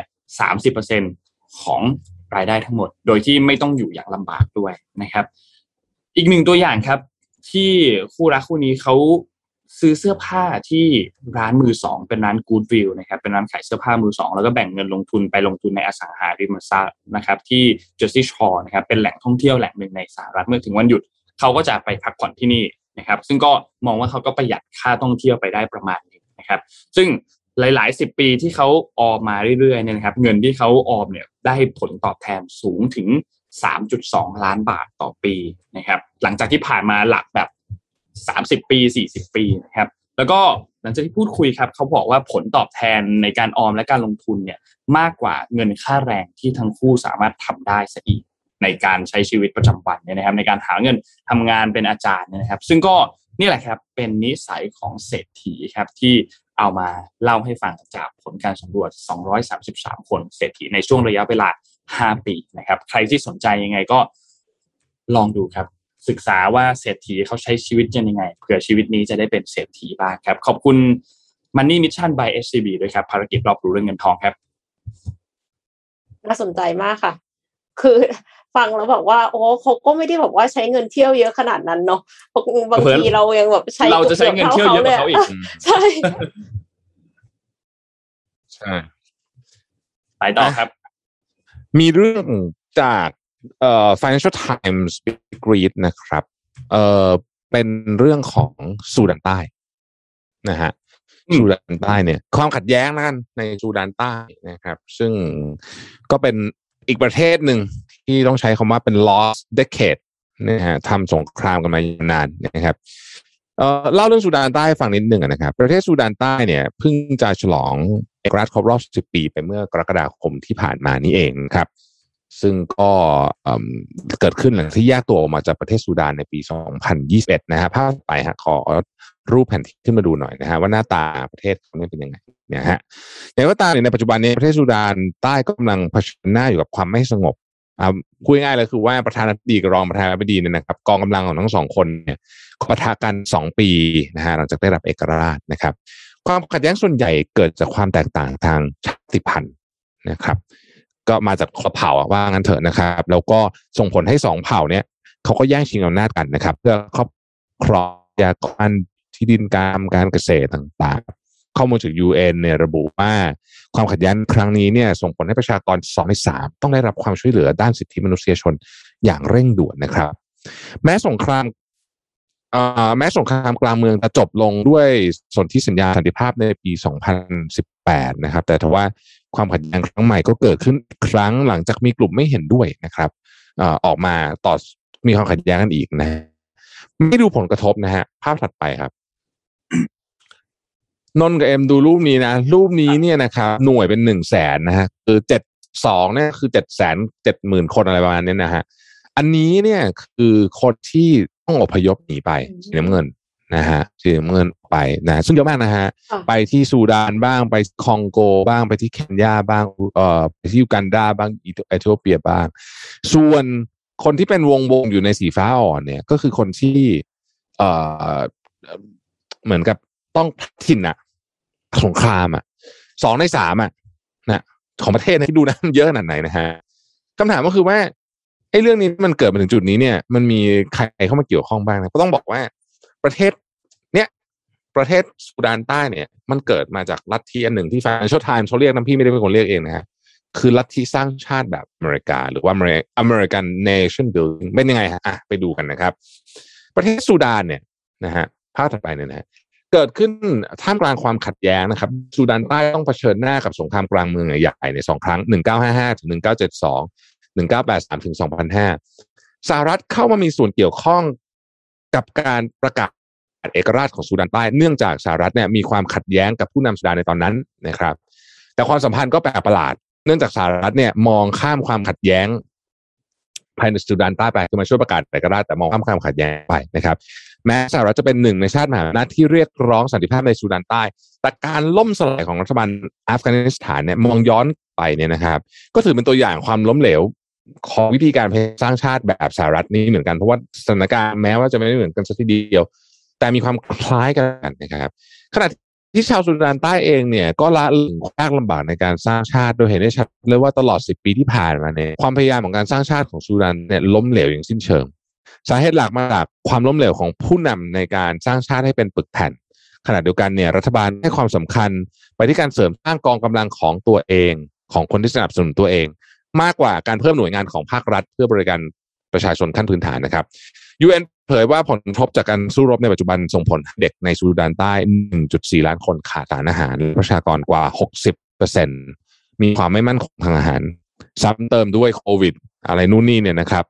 30% ของรายได้ทั้งหมดโดยที่ไม่ต้องอยู่อย่างลำบากด้วยนะครับอีกหนึ่งตัวอย่างครับที่คู่รักคู่นี้เขาซื้อเสื้อผ้าที่ร้านมือสองเป็นร้าน Goodwill นะครับเป็นร้านขายเสื้อผ้ามือสองแล้วก็แบ่งเงินลงทุนไปลงทุนในอสังหาริมทรัพย์นะครับที่ Jersey Shore นะครับเป็นแหล่งท่องเที่ยวแหล่งหนึ่งในสหรัฐเมื่อถึงวันหยุดเขาก็จะไปพักผ่อนที่นี่นะครับซึ่งก็มองว่าเขาก็ประหยัดค่าท่องเที่ยวไปได้ประมาณนึงนะครับซึ่งหลายๆ10ปีที่เขาออมมาเรื่อยๆเนี่ยนะครับเงินที่เขาออมเนี่ยได้ผลตอบแทนสูงถึง 3.2 ล้านบาทต่อปีนะครับหลังจากที่ผ่านมาหลักแบบ30ปี40ปีนะครับแล้วก็หลังจากที่พูดคุยครับเขาบอกว่าผลตอบแทนในการออมและการลงทุนเนี่ยมากกว่าเงินค่าแรงที่ทั้งคู่สามารถทำได้ซะอีกในการใช้ชีวิตประจำวันเนี่ยนะครับในการหาเงินทำงานเป็นอาจารย์นะครับซึ่งก็นี่แหละครับเป็นนิสัยของเศรษฐีครับที่เอามาเล่าให้ฟังจากผลการสำรวจ233คนเศรษฐีในช่วงระยะเวลา5ปีนะครับใครที่สนใจยังไงก็ลองดูครับศึกษาว่าเศรษฐีเขาใช้ชีวิตยังไงเผื่อชีวิตนี้จะได้เป็นเศรษฐีบ้างครับขอบคุณ Money Mission by SCB ด้วยครับภารกิจรอบรู้เรื่องเงินทองครับน่าสนใจมากค่ะคือฟังแล้วบอกว่าโอ้เขาก็ไม่ได้บอกว่าใช้เงินเที่ยวเยอะขนาดนั้นเนาะบางทีเรายังแบบใช้เราจะใช้เงินเที่ยวเยอะกว่าเขาอีกใช่ใช่ไปต่อครับมีเรื่องจากFinancial Times Greed นะครับเป็นเรื่องของซูดานใต้นะฮะซูดานใต้เนี่ยความขัดแย้งกันในซูดานใต้นะครับซึ่งก็เป็นอีกประเทศหนึ่งที่ต้องใช้คำว่าเป็น lost decade นะฮะทำสงครามกันมานานนะครับเล่าเรื่องซูดานใต้ฟังนิดนึงนะครับประเทศซูดานใต้เนี่ยเพิ่งจะฉลองเอกราชครบรอบ10 ปีไปเมื่อกรกฎาคมที่ผ่านมานี้เองครับซึ่งก็เกิดขึ้นหลังที่แยกตัวออกมาจากประเทศซูดานในปี2021นะฮะภาพไปฮะขอรูปแผนที่ขึ้นมาดูหน่อยนะฮะว่าหน้าตาประเทศเขาเป็นยังไงเนี่ยฮะอย่างก็ตามในปัจจุบันนี้ประเทศซูดานใต้ก็กำลังเผชิญหน้าอยู่กับความไม่สงบพูดง่ายๆเลยคือว่าประธานาธิบดีกับรองประธานาธิบดีเนี่ยนะครับกองกำลังของทั้งสองคนเนี่ยปะทะกัน2 ปีนะฮะหลังจากได้รับเอกราชนะครับความขัดแย้งส่วนใหญ่เกิดจากความแตกต่างทางชาติพันธุ์นะครับก็มาจากคนละเผ่าว่างั้นเถอะนะครับแล้วก็ส่งผลให้2 เผ่าเนี่ยเขาก็แย่งชิงอำนาจกันนะครับเพื่อครอบครองทรัพยากรที่ดินการเกษตรต่างๆข้อมูลจาก UN เนี่ยระบุว่าความขัดแย้งครั้งนี้เนี่ยส่งผลให้ประชากร2 ใน 3ต้องได้รับความช่วยเหลือด้านสิทธิมนุษยชนอย่างเร่งด่วนนะครับแม้สงครามกลางเมืองจะจบลงด้วยสนธิสัญญาสันติภาพในปี2018นะครับแต่ทว่าความขัดแย้งครั้งใหม่ก็เกิดขึ้นอีกครั้งหลังจากมีกลุ่มไม่เห็นด้วยนะครับออกมาต่อมีความขัดแย้งกันอีกนะไม่ดูผลกระทบนะฮะภาพถัดไปครับ นนกับเอ็มดูรูปนี้นะรูปนี้เนี่ยนะครับหน่วยเป็น100,000นะฮะคือ72เนี่ยคือ770,000 คนอะไรประมาณนี้นะฮะอันนี้เนี่ยคือคนที่ต้องอพยพหนีไปสีน้ำเงินนะฮะสีน้ำเงินไปนะซึ่งเยอะมากนะฮะไปที่ซูดานบ้างไปคองโกบ้างไปที่เคนยาบ้างไปที่ยูกันดาบ้างเอธิโอเปียบ้างส่วนคนที่เป็นวงอยู่ในสีฟ้าอ่อนเนี่ยก็คือคนที่เหมือนกับต้องถิ่นอะสงครามอะ2 ใน 3อะนะของประเทศที่ดูนะเยอะขนาดไหนนะฮะคำถามก็คือว่าไอ้เรื่องนี้มันเกิดมาถึงจุดนี้เนี่ยมันมีใครเข้ามาเกี่ยวข้องบ้างนะก็ต้องบอกว่าประเทศซูดานใต้เนี่ยมันเกิดมาจากลัทธิอันหนึ่งที่ Financial Times เขาเรียกนะพี่ไม่ได้เป็นคนเรียกเองนะฮะคือลัทธิสร้างชาติแบบอเมริกาหรือว่า American Nation Building เป็นยังไงฮะไปดูกันนะครับประเทศซูดานเนี่ยนะฮะภาพถัดไปเนี่ยนะเกิดขึ้นท่ามกลางความขัดแย้งนะครับซูดานใต้ต้องเผชิญหน้ากับสงครามกลางเมืองใหญ่ใน2ครั้ง1955ถึง1972 1983ถึง2005สหรัฐเข้ามามีส่วนเกี่ยวข้องกับการประกาศเอกราชของซูดานใต้เนื่องจากสหรัฐเนี่ยมีความขัดแย้งกับผู้นำซูดานในตอนนั้นนะครับแต่ความสัมพันธ์ก็แปลกประหลาดเนื่องจากสหรัฐเนี่ยมองข้ามความขัดแย้งภายในซูดานใต้ไปคือมาช่วยประกาศเอกราชแต่มองข้ามความขัดแย้งไปนะครับแม้สหรัฐจะเป็นหนึ่งในชาติมหาอำนาจที่เรียกร้องสันติภาพในซูดานใต้แต่การล่มสลายของรัฐบาลอัฟกานิสถานเนี่ยมองย้อนไปเนี่ยนะครับก็ถือเป็นตัวอย่างความล้มเหลวของวิธีการสร้างชาติแบบสหรัฐนี้เหมือนกันเพราะว่าสถานการณ์แม้ว่าจะไม่ได้เหมือนกันสักทีเดียวแต่มีความคล้ายกันนะครับขณะที่ชาวซูดานใต้เองเนี่ยก็ละหลิ่งยากลำบากในการสร้างชาติโดยเห็นได้ชัดเลยว่าตลอด10 ปีที่ผ่านมาเนี่ยความพยายามของการสร้างชาติของซูดานเนี่ยล้มเหลวอย่างสิ้นเชิงสาเหตุหลักมาจากความล้มเหลวของผู้นำในการสร้างชาติให้เป็นปึกแผ่นขณะเดียวกันเนี่ยรัฐบาลให้ความสำคัญไปที่การเสริมสร้างกองกำลังของตัวเองของคนที่สนับสนุนตัวเองมากกว่าการเพิ่มหน่วยงานของภาครัฐเพื่อบริการประชาชนขั้นพื้นฐานนะครับ UN เผยว่าผลกระทบจากการสู้รบในปัจจุบันส่งผลให้เด็กในซูดานใต้ 1.4 ล้านคนขาดสารอาหารประชากรกว่า 60% มีความไม่มั่นคงทางอาหารซ้ำเติมด้วยโควิดอะไรนู่นนี่เนี่ยนะครับ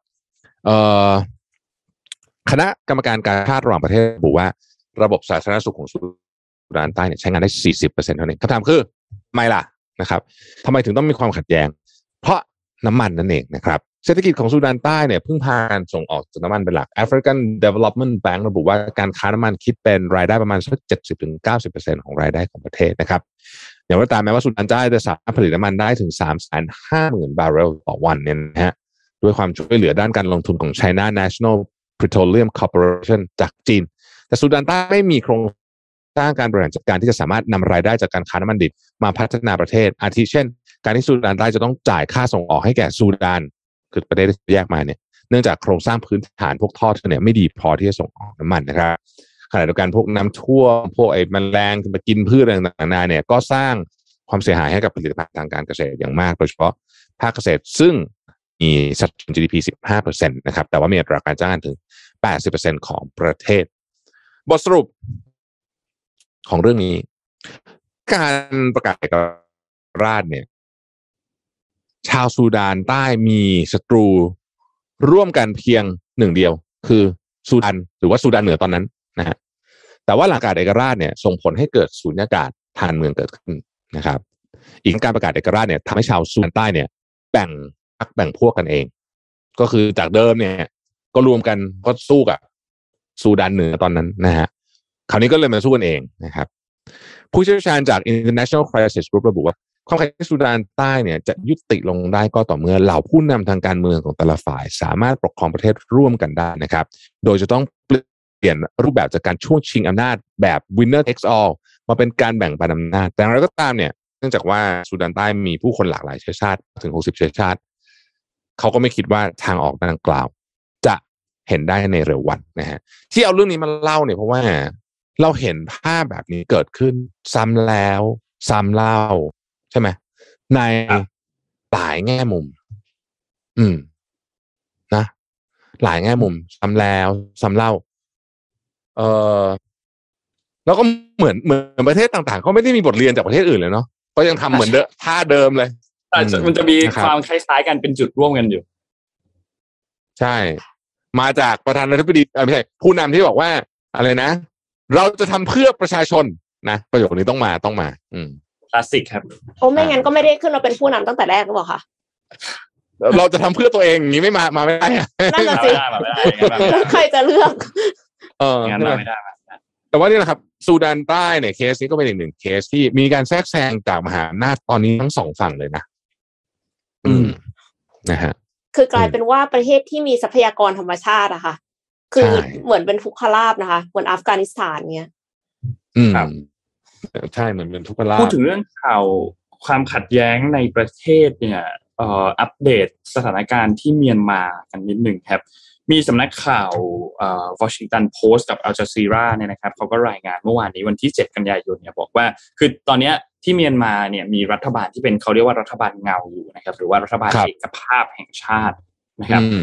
คณะกรรมการการแพทย์ระหว่างประเทศบอกว่าระบบสาธารณสุขของซูดานใต้เนี่ยใช้งานได้ 40% เท่านั้นคำถามคือทำไมล่ะนะครับทำไมถึงต้องมีความขัดแย้งเพราะน้ำมันนั่นเองนะครับเศรษฐกิจของซูดานใต้เนี่ยพึ่งพาการส่งออกจากน้ำมันเป็นหลัก African Development Bank ระบุว่าการค้าน้ำมันคิดเป็นรายได้ประมาณสัก 70-90% ของรายได้ของประเทศนะครับอย่างไรก็ตามแม้ว่าซูดานใต้จะสามารถผลิตน้ำมันได้ถึง 350,000 บาร์เรลต่อวันเนี่ยนะฮะด้วยความช่วยเหลือด้านการลงทุนของ China National Petroleum Corporation จากจีนแต่ซูดานใต้ไม่มีโครงสร้างการบริหารจัดการที่จะสามารถนำรายได้จากการค้าน้ำมันดิบมาพัฒนาประเทศอาทิเช่นการที่ซูดานใต้จะต้องจ่ายค่าส่งออกให้แก่ซูดานคือประเทศที่แยกมาเนี่ยเนื่องจากโครงสร้างพื้นฐานพวกท่อเนี่ยไม่ดีพอที่จะส่งออกน้ำมันนะครับขณะเดียวกันพวกน้ำท่วมพวกไอ้แมลงมากินพืชอะไรต่างๆเนี่ยก็สร้างความเสียหายให้กับผลิตภัณฑ์ทางการเกษตรอย่างมากโดยเฉพาะภาคเกษตรซึ่งมีสัดส่วน GDP 15% นะครับแต่ว่ามีอัตราการจ้างงานถึง 80% ของประเทศบทสรุปของเรื่องนี้การประกาศเอกราชเนี่ยชาวซูดานใต้มีศัตรูร่วมกันเพียงหนึ่งเดียวคือซูดานหรือว่าซูดานเหนือตอนนั้นนะฮะแต่ว่าหลังการเอกราชเนี่ยส่งผลให้เกิดสูญญากาศทางเมืองเกิดขึ้นนะครับอีกการประกาศเอกราชเนี่ยทำให้ชาวซูดานใต้เนี่ยแบ่งพวกกันเองก็คือจากเดิมเนี่ยก็รวมกันก็สู้กับซูดานเหนือตอนนั้นนะฮะคราวนี้ก็เลยมาสู้กันเองนะครับผู้เชี่ยวชาญจาก International Crisis Group ระบุว่าความขัดแย้งในซูดานใต้เนี่ยจะยุติลงได้ก็ต่อเมื่อเหล่าผู้นำทางการเมืองของแต่ละฝ่ายสามารถปกครองประเทศร่วมกันได้นะครับโดยจะต้องเปลี่ยนรูปแบบจากการช่วงชิงอำนาจแบบ winner takes all มาเป็นการแบ่งปันอำนาจแต่อย่างไรก็ตามเนี่ยเนื่องจากว่าซูดานใต้มีผู้คนหลากหลายเชื้อชาติถึง60เชื้อชาติเขาก็ไม่คิดว่าทางออกดังกล่าวจะเห็นได้ในเร็ววันนะฮะที่เอาเรื่องนี้มาเล่าเนี่ยเพราะว่าเราเห็นภาพแบบนี้เกิดขึ้นซ้ำแล้วซ้ำเล่าใช่ไหมในหลายแง่มุมนะหลายแง่มุมซ้ำแล้วซ้ำเล่าแล้วก็เหมือนประเทศต่างๆเขาไม่ได้มีบทเรียนจากประเทศอื่นเลยเนาะก็ยังทำเหมือนท่าเดิมเลยแต่มันจะมีความคล้ายๆกันเป็นจุดร่วมกันอยู่ใช่มาจากประธานาธิบดีไม่ใช่ผู้นำที่บอกว่าอะไรนะเราจะทำเพื่อประชาชนนะประโยคนี้ต้องมาคลาสสิกครับโอ้ไม่งั้นก็ไม่ได้ขึ้นมาเป็นผู้นำตั้งแต่แรกหรือเปล่าคะเราจะทำเพื่อตัวเองอย่างนี้ไม่มาไม่ได้นั่นสิใครจะเลือกงั้นมาไม่ได้แต่ว่านี่แหละครับซูดานใต้เนี่ยเคสนี้ก็เป็นอีกหนึ่งเคสที่มีการแทรกแซงจากมหาอำนาจตอนนี้ทั้งสองฝั่งเลยนะนะฮะคือกลายเป็นว่าประเทศที่มีทรัพยากรธรรมชาติอะค่ะคือเหมือนเป็นทุกขลาภนะคะเหมือนอัฟกานิสถานเงี้ยครับใช่เหมือนเป็นทุกขลาภพูดถึงเรื่องข่าวความขัดแย้งในประเทศเนี่ยอัปเดตสถานการณ์ที่เมียนมากันนิดหนึ่งครับมีสำนักข่าวWashington Post กับ Al Jazeera เนี่ยนะครับเขาก็รายงานเมื่อวานนี้วันที่7กันยายนเนี่ยบอกว่าคือตอนนี้ที่เมียนมาเนี่ยมีรัฐบาลที่เป็นเขาเรียกว่ารัฐบาลเงาอยู่นะครับหรือว่ารัฐบาลเอกภาพแห่งชาตินะครับ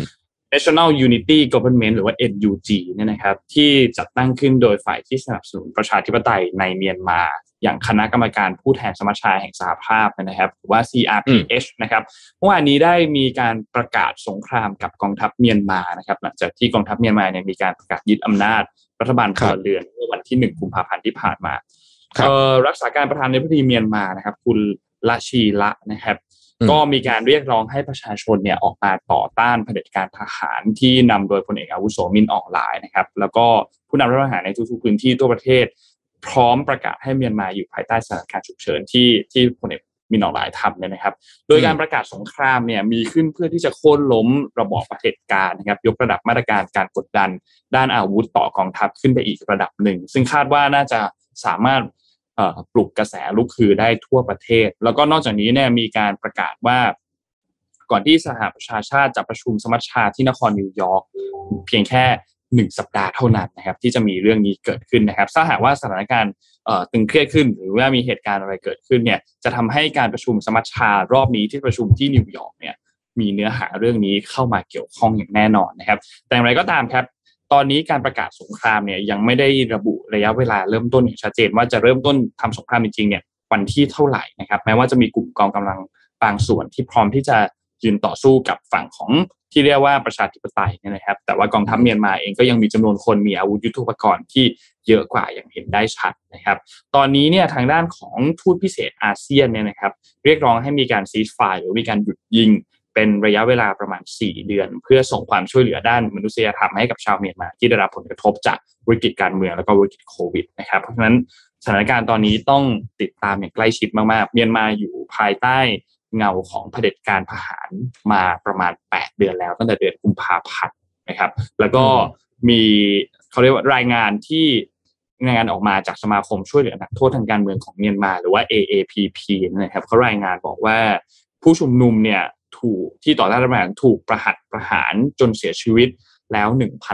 National Unity Government หรือว่า NUG เนี่ยนะครับที่จัดตั้งขึ้นโดยฝ่ายที่สนับสนุนประชาธิปไตยในเมียนมาอย่างคณะกรรมการผู้แทนสมัชชาแห่งสหภาพนะครับหรือว่า CRPH นะครับเมื่อวานนี้ได้มีการประกาศสงครามกับกองทัพเมียนมานะครับหลังจากที่กองทัพเมียนมาเนี่ยมีการประกาศยึดอำนาจรัฐบาลพลเรือนเมื่อวันที่1กุมภาพันธ์ที่ผ่านมารักษาการประธานาธิบดีเมียนมานะครับคุณละชีละนะครับก็มีการเรียกร้องให้ประชาชนเนี่ยออกมาต่อต้านเผด็จการทหารที่นำโดยพลเอกอาวุโสมินอองหลายนะครับแล้วก็ผู้นำรัฐประหารในทุกๆพื้นที่ทั่วประเทศพร้อมประกาศให้เมียนมาอยู่ภายใต้สถานการณ์ฉุกเฉินที่พลเอกมินอองหลายทำเนี่ยนะครับโดยการประกาศสงครามเนี่ยมีขึ้นเพื่อที่จะโค่นล้มระบอบเผด็จการนะครับยกระดับมาตรการการกดดันด้านอาวุธต่อกองทัพขึ้นไปอีกระดับหนึ่งซึ่งคาดว่าน่าจะสามารถปลุกกระแสลุกฮือได้ทั่วประเทศแล้วก็นอกจากนี้เนี่ยมีการประกาศว่าก่อนที่สหประชาชาติจะประชุมสมัชชาที่นครนิวยอร์กเพียงแค่1สัปดาห์เท่านั้นนะครับที่จะมีเรื่องนี้เกิดขึ้นนะครับถ้าหากว่าสถานการณ์ตึงเครียดขึ้นหรือว่ามีเหตุการณ์อะไรเกิดขึ้นเนี่ยจะทำให้การประชุมสมัชชารอบนี้ที่ประชุมที่นิวยอร์กเนี่ยมีเนื้อหาเรื่องนี้เข้ามาเกี่ยวข้องอย่างแน่นอนนะครับแต่อย่างไรก็ตามครับตอนนี้การประกาศสงครามเนี่ยยังไม่ได้ระบุระยะเวลาเริ่มต้นอย่างชัดเจนว่าจะเริ่มต้นทำสงครามจริงๆเนี่ยวันที่เท่าไหร่นะครับแม้ว่าจะมีกลุ่มกองกำลังบางส่วนที่พร้อมที่จะยืนต่อสู้กับฝั่งของที่เรียกว่าประชาธิปไตยเนี่ยนะครับแต่ว่ากองทัพเมียนมาเองก็ยังมีจำนวนคนมีอาวุธยุทโธปกรณ์ที่เยอะกว่าอย่างเห็นได้ชัดนะครับตอนนี้เนี่ยทางด้านของทูตพิเศษอาเซียนเนี่ยนะครับเรียกร้องให้มีการซีซไฟร์หรือมีการหยุดยิงเป็นระยะเวลาประมาณ4เดือนเพื่อส่งความช่วยเหลือด้านมนุษยธรรมให้กับชาวเมียนมาที่ได้รับผลกระทบจากวิกฤตการเมืองแล้วก็วิกฤตโควิดนะครับเพราะฉะนั้นสถานการณ์ตอนนี้ต้องติดตามอย่างใกล้ชิดมากๆเมียนมาอยู่ภายใต้เงาของเผด็จการทหารมาประมาณ8เดือนแล้วตั้งแต่เดือนกุมภาพันธ์นะครับแล้วก็มีเขาเรียกว่ารายงานออกมาจากสมาคมช่วยเหลือนักโทษทางการเมืองของเมียนมาหรือว่า AAPP นะครับเขารายงานบอกว่าผู้ชุมนุมเนี่ยถูกที่ต่อต้านรัฐประหารถูกประหารจนเสียชีวิตแล้ว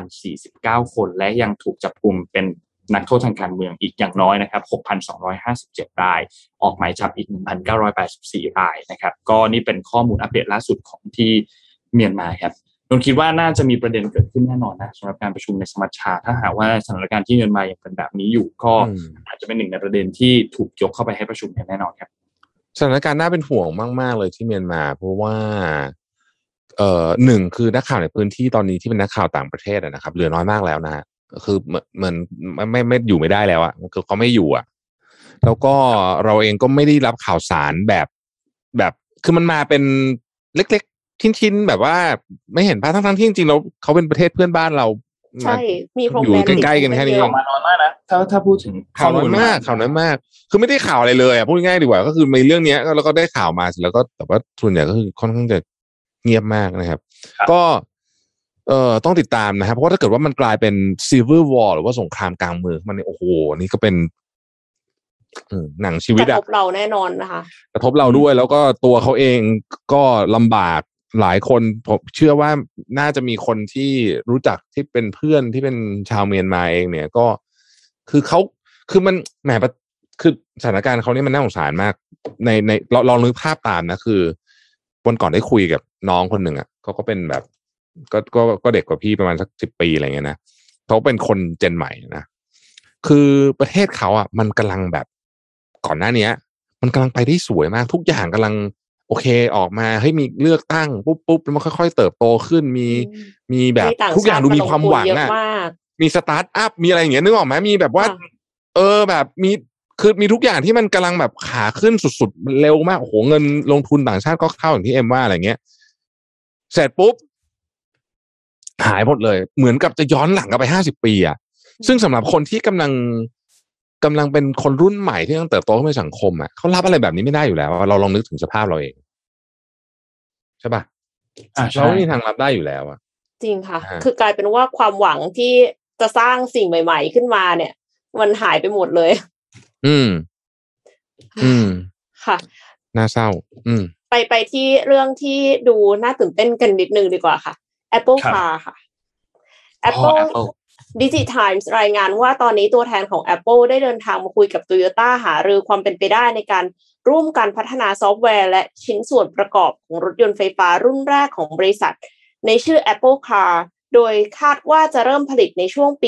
1,049 คนและยังถูกจับกุมเป็นนักโทษทางการเมืองอีกอย่างน้อยนะครับ 6,257 รายออกหมายจับอีก 1,984 รายนะครับก็นี่เป็นข้อมูลอัปเดตล่าสุดของที่เมียนมาครับนนคิดว่าน่าจะมีประเด็นเกิดขึ้นแน่นอนนะสำหรับการประชุมในสมัชชาถ้าหากว่าสถานการณ์ที่เมียนมายังเป็นแบบนี้อยู่ก็อาจจะเป็นหนึ่งในประเด็นที่ถูกยกเข้าไปให้ประชุมกันแน่นอนครับสถานการณ์น่าเป็นห่วงมากๆเลยที่เมียนมาเพราะว่าหนึ่งคือนักข่าวในพื้นที่ตอนนี้ที่เป็นนักข่าวต่างประเทศนะครับเหลือน้อยมากแล้วนะฮะคือเหมือนไม่อยู่ไม่ได้แล้วอ่ะคือเขาไม่อยู่อ่ะแล้วก็เราเองก็ไม่ได้รับข่าวสารแบบคือมันมาเป็นเล็กๆชิ้นๆแบบว่าไม่เห็นภาพทั้งที่จริงๆแล้วเขาเป็นประเทศเพื่อนบ้านเราใช่มีพรมแดนอยู่ใกล้ๆกันแค่นี้ออกมาน้อยมากนะถ้าพูดถึงข่าวน้อยมากคือไม่ได้ข่าวอะไรเลยอ่ะพูดง่ายๆดีกว่าก็คือในเรื่องนี้แล้วก็ได้ข่าวมาแล้วก็แต่ว่าส่วนใหญ่ก็คือค่อนข้างจะเงียบมากนะครับก็ต้องติดตามนะครับเพราะว่าถ้าเกิดว่ามันกลายเป็น Civil War หรือว่าสงครามกลางเมืองมันโอ้โหนี่ก็เป็นหนังชีวิตอะกระทบเราแน่นอนนะคะกระทบเราด้วยแล้วก็ตัวเขาเองก็ลำบากหลายคนผมเชื่อว่าน่าจะมีคนที่รู้จักที่เป็นเพื่อนที่เป็นชาวเมียนมาเองเนี่ยก็คือมันแหมคือสถานการณ์เขานี่มันน่าสงสารมากในลองนึกภาพตามนะคือวันก่อนได้คุยกับน้องคนหนึ่งอ่ะเขาก็เป็นแบบก็เด็กกว่าพี่ประมาณสัก10 ปีอะไรเงี้ยนะเขาเป็นคนเจนใหม่นะคือประเทศเขาอ่ะมันกำลังแบบก่อนหน้านี้มันกำลังไปได้สวยมากทุกอย่างกำลังโอเคออกมาให้มีเลือกตั้งปุ๊บแล้วมันค่อยๆเติบโตขึ้นมีแบบทุกอย่างดูมีความหวังอ่ะมีสตาร์ทอัพมีอะไรอย่างเงี้ยนึกออกไหมมีแบบว่าแบบคือมีทุกอย่างที่มันกำลังแบบขาขึ้นสุดๆเร็วมากโอ้โหเงินลงทุนต่างชาติก็เข้าอย่างที่เอ็มว่าอะไรเงี้ยเสร็จปุ๊บหายหมดเลยเหมือนกับจะย้อนหลังกลับไป50 ปีอ่ะซึ่งสำหรับคนที่กำลังเป็นคนรุ่นใหม่ที่ต้องเติบโตขึ้นในสังคมอ่ะเขารับอะไรแบบนี้ไม่ได้อยู่แล้วเราลองนึกถึงสภาพเราเองใช่ป่ะเราไม่มีทางรับได้อยู่แล้วอ่ะจริงค่ะคือกลายเป็นว่าความหวังที่จะสร้างสิ่งใหม่ๆขึ้นมาเนี่ยมันหายไปหมดเลยค่ะน่าเศร้าไปที่เรื่องที่ดูน่าตื่นเต้นกันนิดนึงดีกว่าค่ะ Apple Car ค่ะ Apple DigiTimes รายงานว่าตอนนี้ตัวแทนของ Apple ได้เดินทางมาคุยกับ Toyota หารือความเป็นไปได้ในการร่วมกันพัฒนาซอฟต์แวร์และชิ้นส่วนประกอบของรถยนต์ไฟฟ้ารุ่นแรกของบริษัทในชื่อ Apple Car โดยคาดว่าจะเริ่มผลิตในช่วงปี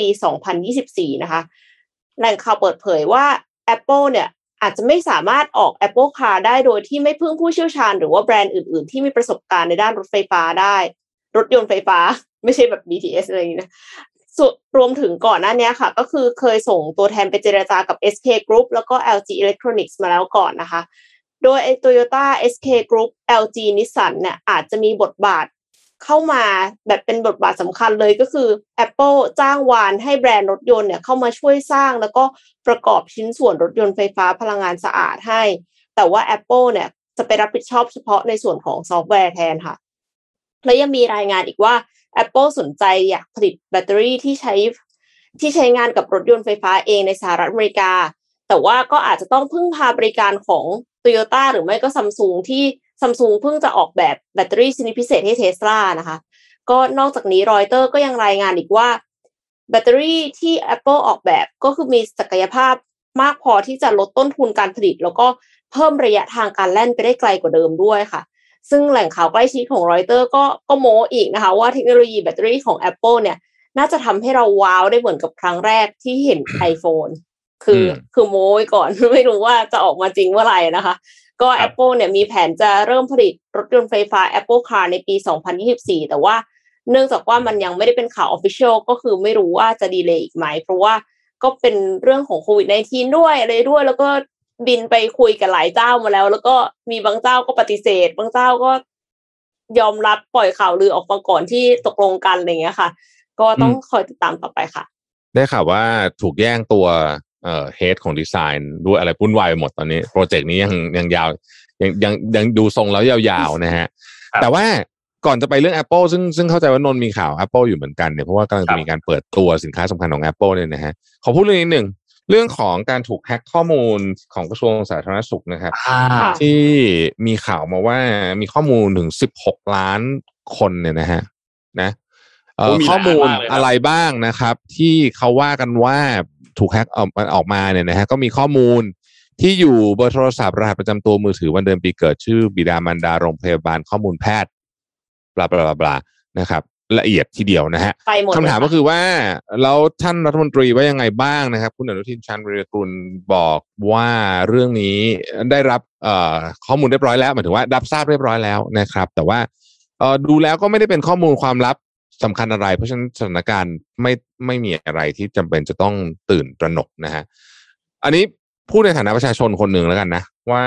2024 นะคะแหล่งข่าวเปิดเผยว่า Apple เนี่ยอาจจะไม่สามารถออก Apple Car ได้โดยที่ไม่พึ่งผู้เชี่ยวชาญหรือว่าแบรนด์อื่นๆที่มีประสบการณ์ในด้านรถไฟฟ้าได้รถยนต์ไฟฟ้าไม่ใช่แบบ BTS อะไรอย่างนี้นะรวมถึงก่อนหน้านี้ค่ะก็คือเคยส่งตัวแทนไปเจรจากับ SK Group แล้วก็ LG Electronics มาแล้วก่อนนะคะโดยToyota SK Group LG Nissan เนี่ยอาจจะมีบทบาทเข้ามาแบบเป็นบทบาทสำคัญเลยก็คือ Apple จ้างวานให้แบรนด์รถยนต์เนี่ยเข้ามาช่วยสร้างแล้วก็ประกอบชิ้นส่วนรถยนต์ไฟฟ้าพลังงานสะอาดให้แต่ว่า Apple เนี่ยจะไปรับผิดชอบเฉพาะในส่วนของซอฟต์แวร์แทนค่ะและยังมีรายงานอีกว่า Apple สนใจอยากผลิตแบตเตอรี่ที่ใช้งานกับรถยนต์ไฟฟ้าเองในสหรัฐอเมริกาแต่ว่าก็อาจจะต้องพึ่งพาบริการของ Toyota หรือไม่ก็ Samsung ที่ Samsung เพิ่งจะออกแบบแบตเตอรี่ชนิดพิเศษให้ Tesla นะคะก็นอกจากนี้รอยเตอร์ก็ยังรายงานอีกว่าแบตเตอรี่ที่ Apple ออกแบบก็คือมีศักยภาพมากพอที่จะลดต้นทุนการผลิตแล้วก็เพิ่มระยะทางการแล่นไปได้ไกลกว่าเดิมด้วยค่ะซึ่งแหล่งข่าวใกล้ชิดของรอยเตอร์ก็โม้อีกนะคะว่าเทคโนโลยีแบตเตอรี่ของ Apple เนี่ยน่าจะทำให้เราว้าวได้เหมือนกับครั้งแรกที่เห็น iPhone คือโม้ไว้ก่อน ไม่รู้ว่าจะออกมาจริงเมื่อไหร่นะคะก็ Apple เนี่ยมีแผนจะเริ่มผลิตรถยนต์ไฟฟ้า Apple Car ในปี 2024 แต่ว่าเนื่องจากว่ามันยังไม่ได้เป็นข่าว official ก็คือไม่รู้ว่าจะดีเลย์อีกไหมเพราะว่าก็เป็นเรื่องของโควิด -19 ด้วยอะไรด้วยแล้วก็บินไปคุยกับหลายเจ้ามาแล้วก็มีบางเจ้าก็ปฏิเสธบางเจ้าก็ยอมรับปล่อยข่าวลือออกมาก่อนที่ตกลงกันอะไรอย่างเงี้ยค่ะก็ต้องคอยติดตามต่อไปค่ะได้ข่าวว่าถูกแย่งตัวเฮดของดีไซน์ด้วยอะไรวุ่นวายไปหมดตอนนี้โปรเจกต์นี้ยังยาวยังดูทรงแล้วยาวๆนะฮะแต่ว่าก่อนจะไปเรื่อง Apple ซึ่งเข้าใจว่านนท์มีข่าว Apple อยู่เหมือนกันเนี่ยเพราะว่ากำลังจะมีการเปิดตัวสินค้าสำคัญของ Apple เนี่ยนะฮะขอพูดเรื่องนี้หนึ่งเรื่องของการถูกแฮ็กข้อมูลของกระทรวงสาธารณสุขนะครับที่มีข่าวมาว่ามีข้อมูลถึง16 ล้านคนเนี่ยนะฮะนะข้อมูลอะไรบ้างนะครับที่เขาว่ากันว่าถูกแฮ็กออกมาเนี่ยนะฮะก็มีข้อมูลที่อยู่เบอร์โทรศัพท์รหัสประจำตัวมือถือวันเดือนปีเกิดชื่อบิดามารดาโรงพยาบาลข้อมูลแพทย์บลาบลาบลานะครับละเอียดทีเดียวนะฮะคำถามก็คือว่าแล้วท่านรัฐมนตรีว่ายังไงบ้างนะครับคุณอนุทินชาญวีรกูลบอกว่าเรื่องนี้ได้รับข้อมูลเรียบร้อยแล้วหมายถึงว่ารับทราบเรียบร้อยแล้วนะครับแต่ว่าดูแล้วก็ไม่ได้เป็นข้อมูลความลับสำคัญอะไรเพราะฉะนั้นสถานการณ์ไม่มีอะไรที่จำเป็นจะต้องตื่นตระหนกนะฮะอันนี้พูดในฐานะประชาชนคนหนึ่งแล้วกันนะว่า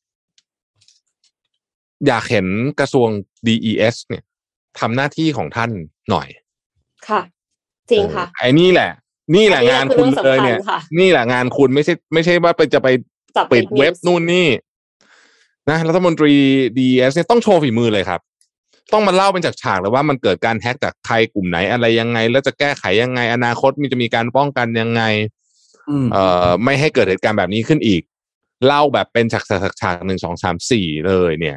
อยากเห็นกระทรวง DES เนี่ยทำหน้าที่ของท่านหน่อยค่ะจริงค่ะไอ้นี่แหละงานคุณเลยเนี่ยนี่แหละงานคุณไม่ใช่ว่าจะไปปิดเว็บนู่นนี่นะรัฐมนตรี DES เนี่ยต้องโชว์ฝีมือเลยครับต้องมาเล่าเป็นฉากๆเลยว่ามันเกิดการแฮ็กจากใครกลุ่มไหนอะไรยังไงแล้วจะแก้ไขยังไงอนาคตจะมีการป้องกันยังไงไม่ให้เกิดเหตุการณ์แบบนี้ขึ้นอีกเล่าแบบเป็นฉากๆ1 2 3 4เลยเนี่ย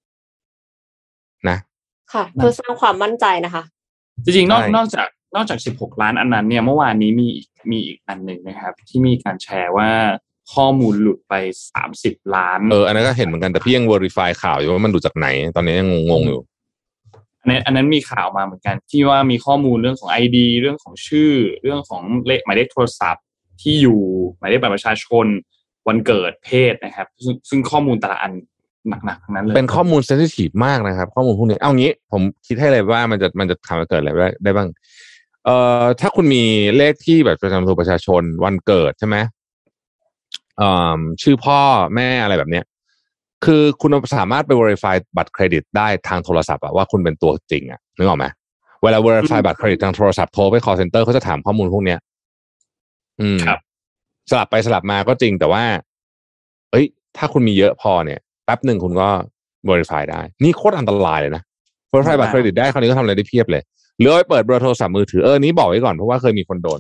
นะค่ะเพื่อสร้างความมั่นใจนะคะจริงๆนอกจาก16 ล้านอันนั้นเนี่ยเมื่อวานนี้มีอีกอันหนึ่งนะครับที่มีการแชร์ว่าข้อมูลหลุดไป30 ล้านอันนั้นก็เห็นเหมือนกันแต่พี่ยัง verify ข่าวอยู่ว่ามันหลุดจากไหนตอนนี้ยังงงอยู่อันนั้นมีข่าวมาเหมือนกันที่ว่ามีข้อมูลเรื่องของ ID เรื่องของชื่อเรื่องของหมายเลขโทรศัพท์ที่อยู่หมายเลขบัตรประชาชนวันเกิดเพศนะครับซึ่งข้อมูลแต่ละอันหนักๆทั้งนั้นเลยเป็นข้อมูลเซนซิทีฟมากนะครับข้อมูลพวกนี้เอางี้ผมคิดให้เลยว่ามันจะทำให้เกิดอะไรได้บ้างถ้าคุณมีเลขที่บัตรประจำตัวประชาชนวันเกิดใช่ไหมชื่อพ่อแม่อะไรแบบเนี้ยคือคุณสามารถไป verify บัตรเครดิตได้ทางโทรศัพท์ว่าคุณเป็นตัวจริงนึกออกไหมเวลา verify บัตรเครดิตทางโทรศัพท์โทรไป call center เขาจะถามข้อมูลพวกเนี้ยครับสลับไปสลับมาก็จริงแต่ว่าถ้าคุณมีเยอะพอเนี่ยแป๊บหนึ่งคุณก็ verify ได้นี่โคตรอันตรายเลยนะ verify บัตรเครดิตได้คราวนี้ก็ทำอะไรได้เพียบเลยหรือไปเปิดเบอร์โทรศัพท์มือถือนี้บอกไว้ก่อนเพราะว่าเคยมีคนโดน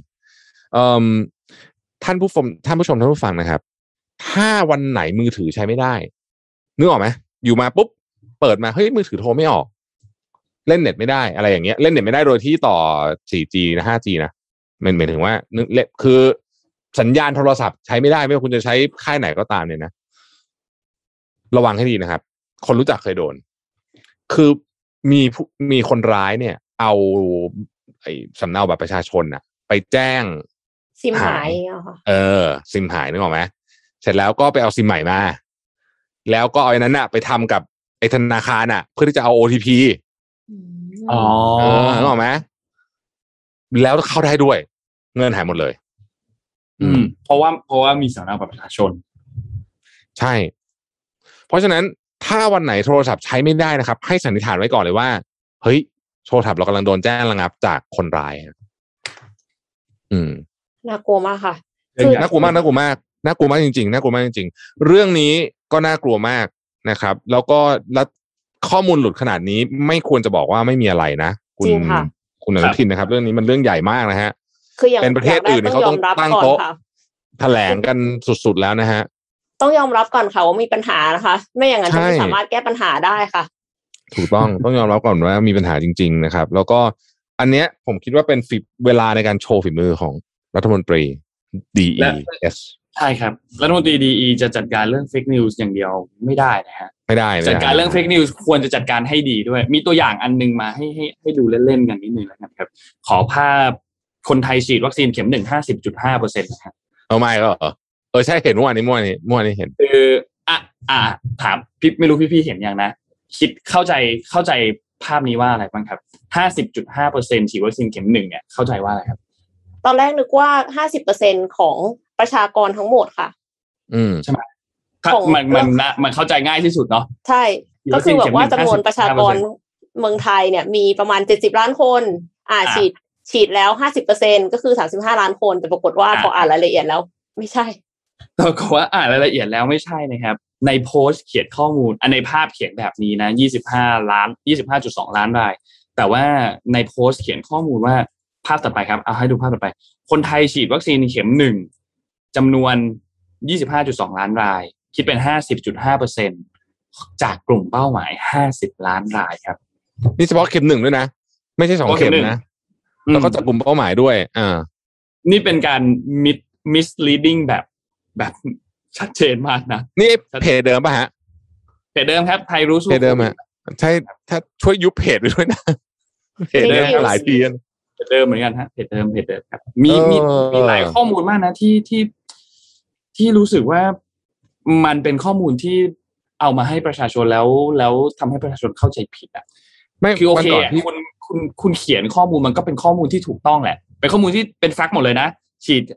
ท่านผู้ชมท่านผู้ฟังนะครับถ้าวันไหนมือถือใช้ไม่ได้นึกออกไหมอยู่มาปุ๊บเปิดมาเฮ้ยมือถือโทรไม่ออกเล่นเน็ตไม่ได้อะไรอย่างเงี้ยเล่นเน็ตไม่ได้โดยที่ต่อ 4G นะ 5G นะมันหมายถึงว่าคือสัญญาณโทรศัพท์ใช้ไม่ได้ไม่ว่าคุณจะใช้ค่ายไหนก็ตามเนี่ยนะระวังให้ดีนะครับคนรู้จักเคยโดนคือมีคนร้ายเนี่ยเอาไอ้สำเนาบัตรประชาชนน่ะไปแจ้งซิมหายค่ะซิมหายนึกออกไหมเสร็จแล้วก็ไปเอาซิมใหม่มาแล้วก็เอาไอ้นั้นน่ะไปทำกับไอ้ธนาคารน่ะเพื่อที่จะเอา OTP นึกออกไหมแล้วเข้าได้ด้วยเงินหายหมดเลยเพราะว่ามีสำเนาบัตรประชาชนใช่เพราะฉะนั้นถ้าวันไหนโทรศัพท์ใช้ไม่ได้นะครับให้สันนิษฐานไว้ก่อนเลยว่าเฮ้ยโทรศัพท์เรากำลังโดนแจ้งระงับจากคนร้ายน่ากลัวมากค่ะน่ากลัวมากจริงๆน่ากลัวมากจริงๆเรื่องนี้ก็น่ากลัวมากนะครับแล้วก็ข้อมูลหลุดขนาดนี้ไม่ควรจะบอกว่าไม่มีอะไรนะคุณอนุทินนะครับเรื่องนี้มันเรื่องใหญ่มากนะฮะคืออย่างเป็นประเทศอื่นเขาต้องตั้งโต๊ะแถลงกันสุดๆแล้วนะฮะต้องยอมรับก่อนค่ะว่ามีปัญหานะคะไม่อย่างนั้นจะไม่สามารถแก้ปัญหาได้ค่ะถูกต้องยอมรับก่อนว่ามีปัญหาจริงๆนะครับแล้วก็อันเนี้ยผมคิดว่าเป็นเวลาในการโชว์ฝีมือของรัฐมนตรี DES ใช่ครับรัฐมนตรี DE จะจัดการเรื่อง fake news อย่างเดียวไม่ได้นะฮะไม่ได้จัดการเรื่อง fake news ควรจะจัดการให้ดีด้วยมีตัวอย่างอันนึงมาให้ดูเล่นๆกันนิดนึงแล้วกันครับขอภาพคนไทยฉีดวัคซีนเข็ม 50.5% นะครับเอาไม่ก็ใช่เห็นเมื่อวานนี้เห็นคือถามพี่ไม่รู้พี่เห็นยังนะคิดเข้าใจภาพนี้ว่าอะไรบ้างครับ 50.5% ฉีดวัคซีนเข็ม1เนี่ยเข้าใจว่าอะไรครับตอนแรกนึกว่า 50% ของประชากรทั้งหมดค่ะใช่ไหมมันเข้าใจง่ายที่สุดเนาะใช่ก็คือแบบว่าจำนวนประชากรเมืองไทยเนี่ยมีประมาณ70ล้านคนฉีดแล้ว 50% ก็คือ35ล้านคนแต่ปรากฏว่าพออ่านรายละเอียดแล้วไม่ใช่ปรากฏว่าอ่านรายละเอียดแล้วไม่ใช่นะครับในโพสต์เขียนข้อมูลในภาพเขียนแบบนี้นะ25.2 ล้านรายแต่ว่าในโพสต์เขียนข้อมูลว่าภาพต่อไปครับเอาให้ดูภาพต่อไปคนไทยฉีดวัคซีนเข็ม1จำนวน 25.2 ล้านรายคิดเป็น 50.5% จากกลุ่มเป้าหมาย50ล้านรายครับนี่เฉพาะเข็ม1ด้วยนะไม่ใช่2เข็มนะแล้วก็จากกลุ่มเป้าหมายด้วยนี่เป็นการ misleading แบบชัดเจนมากนะนี่เพจเดิมป่ะฮะเพจเดิมครับไทยรู้สู้เพจเดิมอ่ะใช่ถ้าช่วยยุบเพจไปด้วยนะเพจเดิมหลายปีเพจเดิมเหมือนกันฮะเพจเดิมครับมีหลายข้อมูลมากนะที่รู้สึกว่ามันเป็นข้อมูลที่เอามาให้ประชาชนแล้วทำให้ประชาชนเข้าใจผิดอ่ะไม่คือโอเคคุณเขียนข้อมูลมันก็เป็นข้อมูลที่ถูกต้องแหละเป็นข้อมูลที่เป็นแฟกต์หมดเลยนะฉีด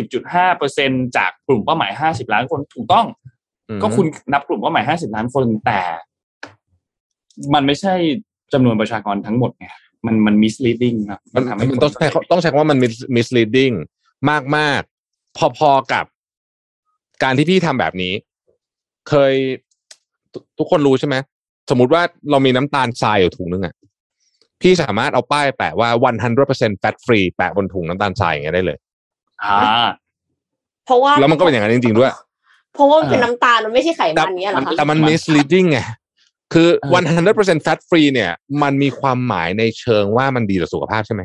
50.5% จากกลุ่มเป้าหมาย50ล้านคนถูกต้องก็คุณนับกลุ่มเป้าหมาย50ล้านคนแต่มันไม่ใช่จำนวนประชากรทั้งหมดไงมัน misleading นะมันทำให้มันต้องใช้คำว่ามัน misleading มากพอๆกับการที่พี่ทำแบบนี้เคยทุกคนรู้ใช่ไหมสมมุติว่าเรามีน้ำตาลทรายอยู่ถุงนึงอ่ะพี่สามารถเอาป้ายแปะว่า 100% fat free แปะบนถุงน้ำตาลทรายอย่างเงี้ยได้เลยเพราะว่าแล้วมันก็เป็นอย่างนั้นจริงๆด้วยเพราะว่าเป็นน้ำตาลมันไม่ใช่ไขมันเนี้ยหรอคะแต่มัน misleading ไงคือ 100% fat free เนี่ยมันมีความหมายในเชิงว่ามันดีต่อสุขภาพใช่ไหม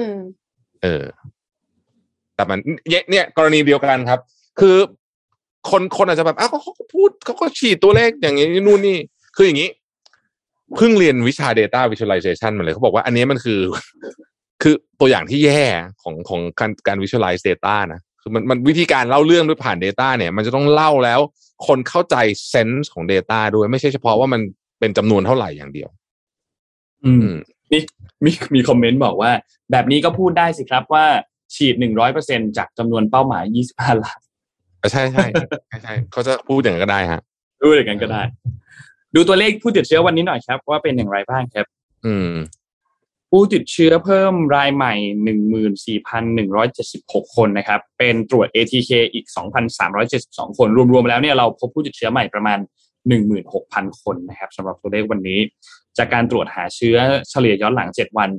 แต่มันเนี่ยกรณีเดียวกันครับคือคนอาจจะแบบเขาพูดเขาก็ฉีดตัวเลขอย่างนี้นู่นนี่คืออย่างนี้เพิ่งเรียนวิชา data visualization มาเลยเขาบอกว่าอันนี้มันคือตัวอย่างที่แย่ของการ visualize data นะคือมันวิธีการเล่าเรื่องด้วยผ่าน data เนี่ยมันจะต้องเล่าแล้วคนเข้าใจ sense ของ data ด้วยไม่ใช่เฉพาะว่ามันเป็นจำนวนเท่าไหร่อย่างเดียวนี่มีคอมเมนต์บอกว่าแบบนี้ก็พูดได้สิครับว่าฉีด 100% จากจำนวนเป้าหมาย25ล้านใช่เขาจะพูดอย่างนั้นก็ได้ฮะพูดอย่างนั้นก็ได้ดูตัวเลขผู้ติดเชื้อวันนี้หน่อยครับว่าเป็นอย่างไรบ้างครับผู้ติดเชื้อเพิ่มรายใหม่ 14,176 คนนะครับเป็นตรวจ ATK อีก 2,372 คนรวมๆแล้วเนี่ยเราพบผู้ติดเชื้อใหม่ประมาณ 16,000 คนนะครับสำหรับตัวเลขวันนี้จากการตรวจหาเชื้อเฉลี่ยย้อนหลัง7วัน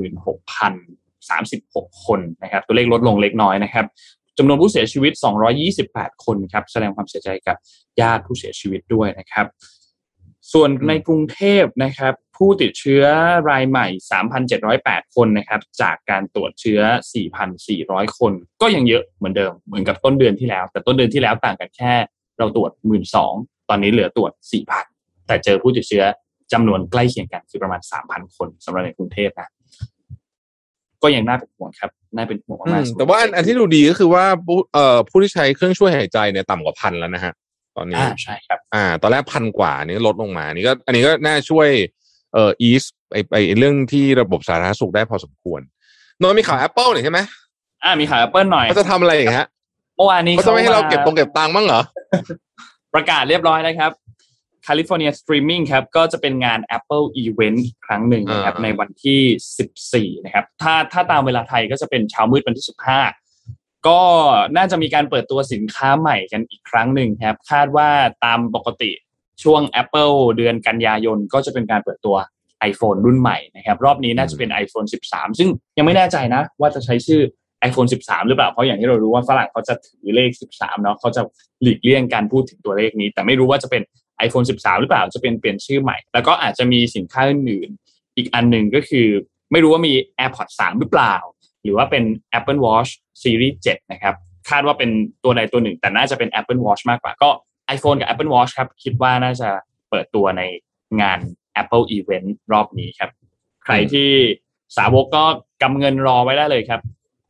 46,036 คนนะครับตัวเลขลดลงเล็กน้อยนะครับจำนวนผู้เสียชีวิต228คนครับแสดงความเสียใจกับญาติผู้เสียชีวิตด้วยนะครับส่วนในกรุงเทพนะครับผู้ติดเชื้อรายใหม่ 3,708 คนนะครับจากการตรวจเชื้อ 4,400 คนก็ยังเยอะเหมือนเดิมเหมือนกับต้นเดือนที่แล้วแต่ต้นเดือนที่แล้วต่างกันแค่เราตรวจ 12,000 ตอนนี้เหลือตรวจ 4,000 แต่เจอผู้ติดเชื้อจำนวนใกล้เคียงกันคือประมาณ 3,000 คนสำหรับในกรุงเทพนะก็ยังน่าเป็นห่วงครับน่าเป็นห่วงมากแต่ว่าอันที่ดูดีก็คือว่าผู้ที่ใช้เครื่องช่วยหายใจเนี่ยต่ำกว่า 1,000 แล้วนะฮะตอนนี้ใช่ครับตอนแรก 1,000 กว่านี้ลดลงมาอันนี้ก็น่าช่วยease ไอเรื่องที่ระบบสาธารณสุขได้พอสมควรนนมีข่าว Apple นี่ใช่ไหมมีข่าว Apple หน่อยเขาจะทำอะไรอีกฮะเมื่อวานนี้เขาจะไม่ให้เราเก็บตังค์บ้างเหรอประกาศเรียบร้อยแล้วครับ California Streaming ครับก็จะเป็นงาน Apple Event อีกครั้งหนึ่งนะครับในวันที่14นะครับถ้าตามเวลาไทยก็จะเป็นเช้ามืดวันที่15ก็น่าจะมีการเปิดตัวสินค้าใหม่กันอีกครั้งหนึ่งครับคาดว่าตามปกติช่วง Apple เดือนกันยายนก็จะเป็นการเปิดตัว iPhone รุ่นใหม่นะครับรอบนี้น่าจะเป็น iPhone 13ซึ่งยังไม่แน่ใจนะว่าจะใช้ชื่อ iPhone 13หรือเปล่าเพราะอย่างที่เรารู้ว่าฝรั่งเขาจะถือเลข13เนาะเขาจะหลีกเลี่ยงการพูดถึงตัวเลขนี้แต่ไม่รู้ว่าจะเป็น iPhone 13หรือเปล่าจะเป็นเปลี่ยนชื่อใหม่แล้วก็อาจจะมีสินค้าอื่นๆอีกอันนึงก็คือไม่รู้ว่ามี AirPods 3หรือเปล่าหรือว่าเป็น Apple Watch Series 7นะครับคาดว่าเป็นตัวใดตัวหนึ่งแต่น่าจะเป็น Apple Watch มากกว่าก็ iPhone กับ Apple Watch ครับคิดว่าน่าจะเปิดตัวในงาน Apple Event รอบนี้ครับใครที่สาวกก็กำเงินรอไว้ได้เลยครับ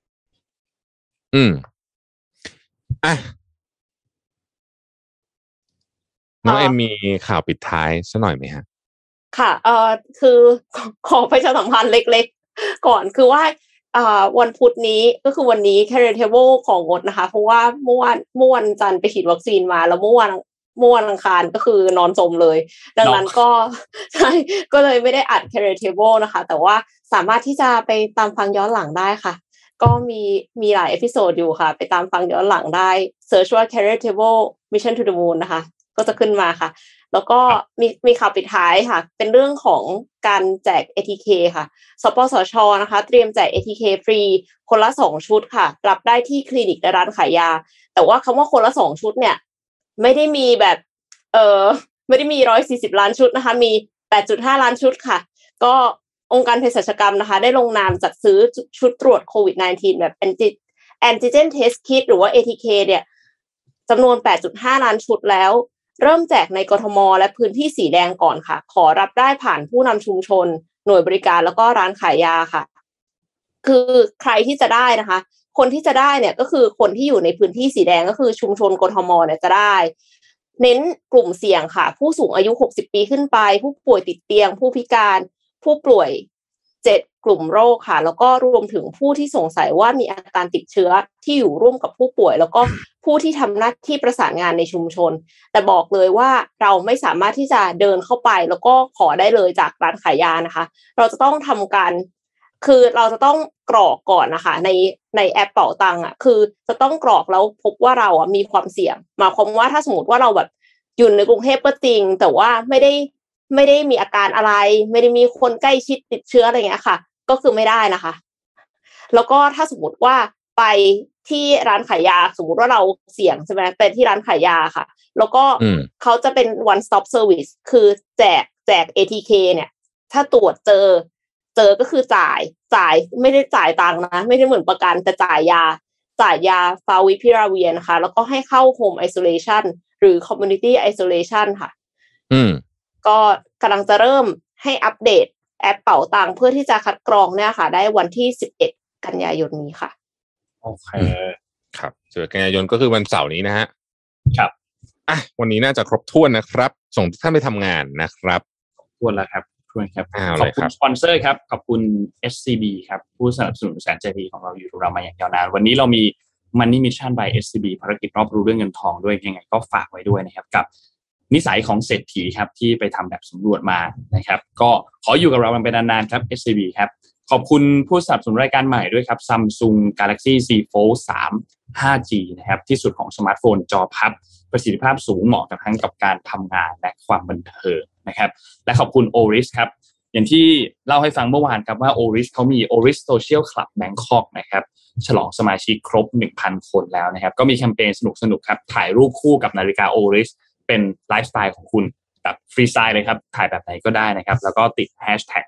น้องเอ็มมีข่าวปิดท้ายสักหน่อยไหมฮะค่ะคือขอประชาสัมพันธ์เล็กๆก่อนคือว่าวันพุธนี้ก็คือวันนี้ Carrier Table ของงดนะคะเพราะว่าเมื่อวันจันทร์ไปฉีดวัคซีนมาแล้วเมื่อวันอังคารก็คือนอนสมเลยดังนั้นก็ใช่ก็เลยไม่ได้อัด Carrier Table นะคะแต่ว่าสามารถที่จะไปตามฟังย้อนหลังได้ค่ะก็มีหลายเอพิโซดอยู่ค่ะไปตามฟังย้อนหลังได้เสิร์ชว่า Carrier Table Mission to the Moon นะคะก็จะขึ้นมาค่ะแล้วก็มีข่าวปิดท้ายค่ะเป็นเรื่องของการแจก ATK ค่ะสปสช.นะคะเตรียมแจก ATK ฟรีคนละ2ชุดค่ะรับได้ที่คลินิกและร้านขายยาแต่ว่าคำว่าคนละ2ชุดเนี่ยไม่ได้มีแบบไม่ได้มี140ล้านชุดนะคะมี 8.5 ล้านชุดค่ะก็องค์การเภสัชกรรมนะคะได้ลงนามจัดซื้อชุดตรวจโควิด -19 แบบ Antigen Test Kit หรือว่า ATK เนี่ยจำนวน 8.5 ล้านชุดแล้วเริ่มแจกในกทม.และพื้นที่สีแดงก่อนค่ะขอรับได้ผ่านผู้นำชุมชนหน่วยบริการแล้วก็ร้านขายยาค่ะคือใครที่จะได้นะคะคนที่จะได้เนี่ยก็คือคนที่อยู่ในพื้นที่สีแดงก็คือชุมชนกทม.เนี่ยจะได้เน้นกลุ่มเสี่ยงค่ะผู้สูงอายุ60ปีขึ้นไปผู้ป่วยติดเตียงผู้พิการผู้ป่วย7กลุ่มโรคค่ะแล้วก็รวมถึงผู้ที่สงสัยว่ามีอาการติดเชื้อที่อยู่ร่วมกับผู้ป่วยแล้วก็ผู้ที่ทำหน้าที่ประสานงานในชุมชนแต่บอกเลยว่าเราไม่สามารถที่จะเดินเข้าไปแล้วก็ขอได้เลยจากร้านขายยานะคะเราจะต้องทำการคือเราจะต้องกรอกก่อนนะคะในแอปเป๋าตังค์อ่ะคือจะต้องกรอกแล้วพบว่าเราอ่ะมีความเสี่ยงหมายความว่าถ้าสมมติว่าเราแบบอยู่ในกรุงเทพก็จริงแต่ว่าไม่ได้มีอาการอะไรไม่ได้มีคนใกล้ชิดติดเชื้ออะไรเงี้ยค่ะก็คือไม่ได้นะคะแล้วก็ถ้าสมมติว่าไปที่ร้านขายยาสมมติว่าเราเสี่ยงใช่ไหมเป็นที่ร้านขายยาค่ะแล้วก็เขาจะเป็น one stop service คือแจก ATK เนี่ยถ้าตรวจเจอก็คือจ่ายไม่ได้จ่ายตังค์นะไม่ได้เหมือนประกันแต่จ่ายยาฟาวิพิราเวียนะคะแล้วก็ให้เข้า home isolation หรือ community isolation ค่ะก็กำลังจะเริ่มให้อัปเดตแอปเป๋าตังค์เพื่อที่จะคัดกรองเนี่ยค่ะได้วันที่11กันยายนนี้ค่ะโอเคครับ11กันยายนก็คือวันเสาร์นี้นะฮะครับวันนี้น่าจะครบถ้วนนะครับส่งท่านไปทำงานนะครับถ้วนแล้วครับขอบคุณสปอนเซอร์ครับขอบคุณ SCB ครับผู้สนับสนุนแสนใจดีของเราอยู่กับเรามาอย่างยาวนานวันนี้เรามี Money Mission by SCB ภารกิจรอบรู้เรื่องเงินทองด้วยยังไงก็ฝากไว้ด้วยนะครับกับนิสัยของเศรษฐีครับที่ไปทำแบบสำรวจมานะครับก็ขออยู่กับเราเป็นนานๆครับ SCB ครับขอบคุณผู้สนับสนุนรายการใหม่ด้วยครับ Samsung Galaxy Z Fold 3 5G นะครับที่สุดของสมาร์ทโฟนจอพับประสิทธิภาพสูงเหมาะกับทั้งกับการทำงานและความบันเทิงนะครับและขอบคุณ Oris ครับอย่างที่เล่าให้ฟังเมื่อวานครับว่า Oris เขามี Oris Social Club Bangkok นะครับฉลองสมาชิกครบ 1,000 คนแล้วนะครับก็มีแคมเปญสนุกๆครับถ่ายรูปคู่กับนาฬิกา Orisเป็นไลฟ์สไตล์ของคุณแบบฟรีสไตล์เลยครับถ่ายแบบไหนก็ได้นะครับแล้วก็ติด hashtag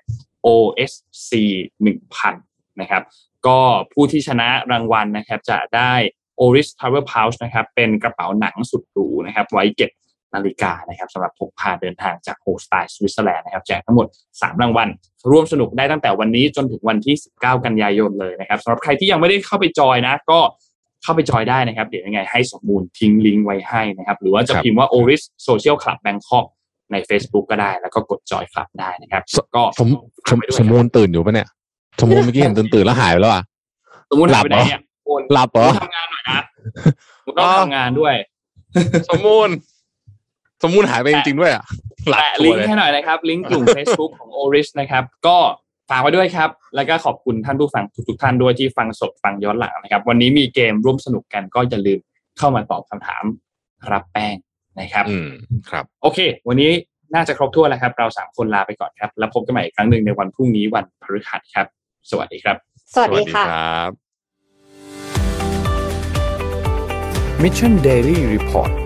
OSC 1000นะครับก็ผู้ที่ชนะรางวัลนะครับจะได้ Oris Travel Pouch นะครับเป็นกระเป๋าหนังสุดหรูนะครับไว้เก็บนาฬิกานะครับสำหรับพกพาเดินทางจากโฮสไตล์สวิตเซอร์แลนด์นะครับแจกทั้งหมด3รางวัลร่วมสนุกได้ตั้งแต่วันนี้จนถึงวันที่19กันยายนเลยนะครับสำหรับใครที่ยังไม่ได้เข้าไปจอยนะก็เข้าไปจอยได้นะครับเดี๋ยวยังไงให้สมบูรณ์ทิ้งลิงก์ไว้ให้นะครับหรือว่าจะพิมพ์ว่า Oris Social Club Bangkok ใน Facebook ก็ได้แล้วก็กดจอยคลับได้นะครับก็สมมูลตื่นอยู่ปะเนี่ยสมมูลเมื่อกี้เห็นตื่นแล้วหายไปแล้วอ่ะสมมูลหลับไปไหนเนี่ยหลับเหรอทำงานหน่อยนะต้องทำงานด้วยสมมูลหายไปจริงๆด้วยอ่ะแปะลิงก์ให้หน่อยนะครับลิงก์กลุ่ม Facebook ของ Oris นะครับก็ฝากไว้ด้วยครับแล้วก็ขอบคุณท่านผู้ฟังทุกท่านด้วยที่ฟังสดฟังย้อนหลังนะครับวันนี้มีเกมร่วมสนุกกันก็อย่าลืมเข้ามาตอบคำถามรับแป้งนะครับครับโอเควันนี้น่าจะครบถ้วนแล้วครับเรา3คนลาไปก่อนครับแล้วพบกันใหม่อีกครั้งนึงในวันพรุ่งนี้วันพฤหัสครับสวัสดีครับสวัสดีค่ะครับ Mission Daily Report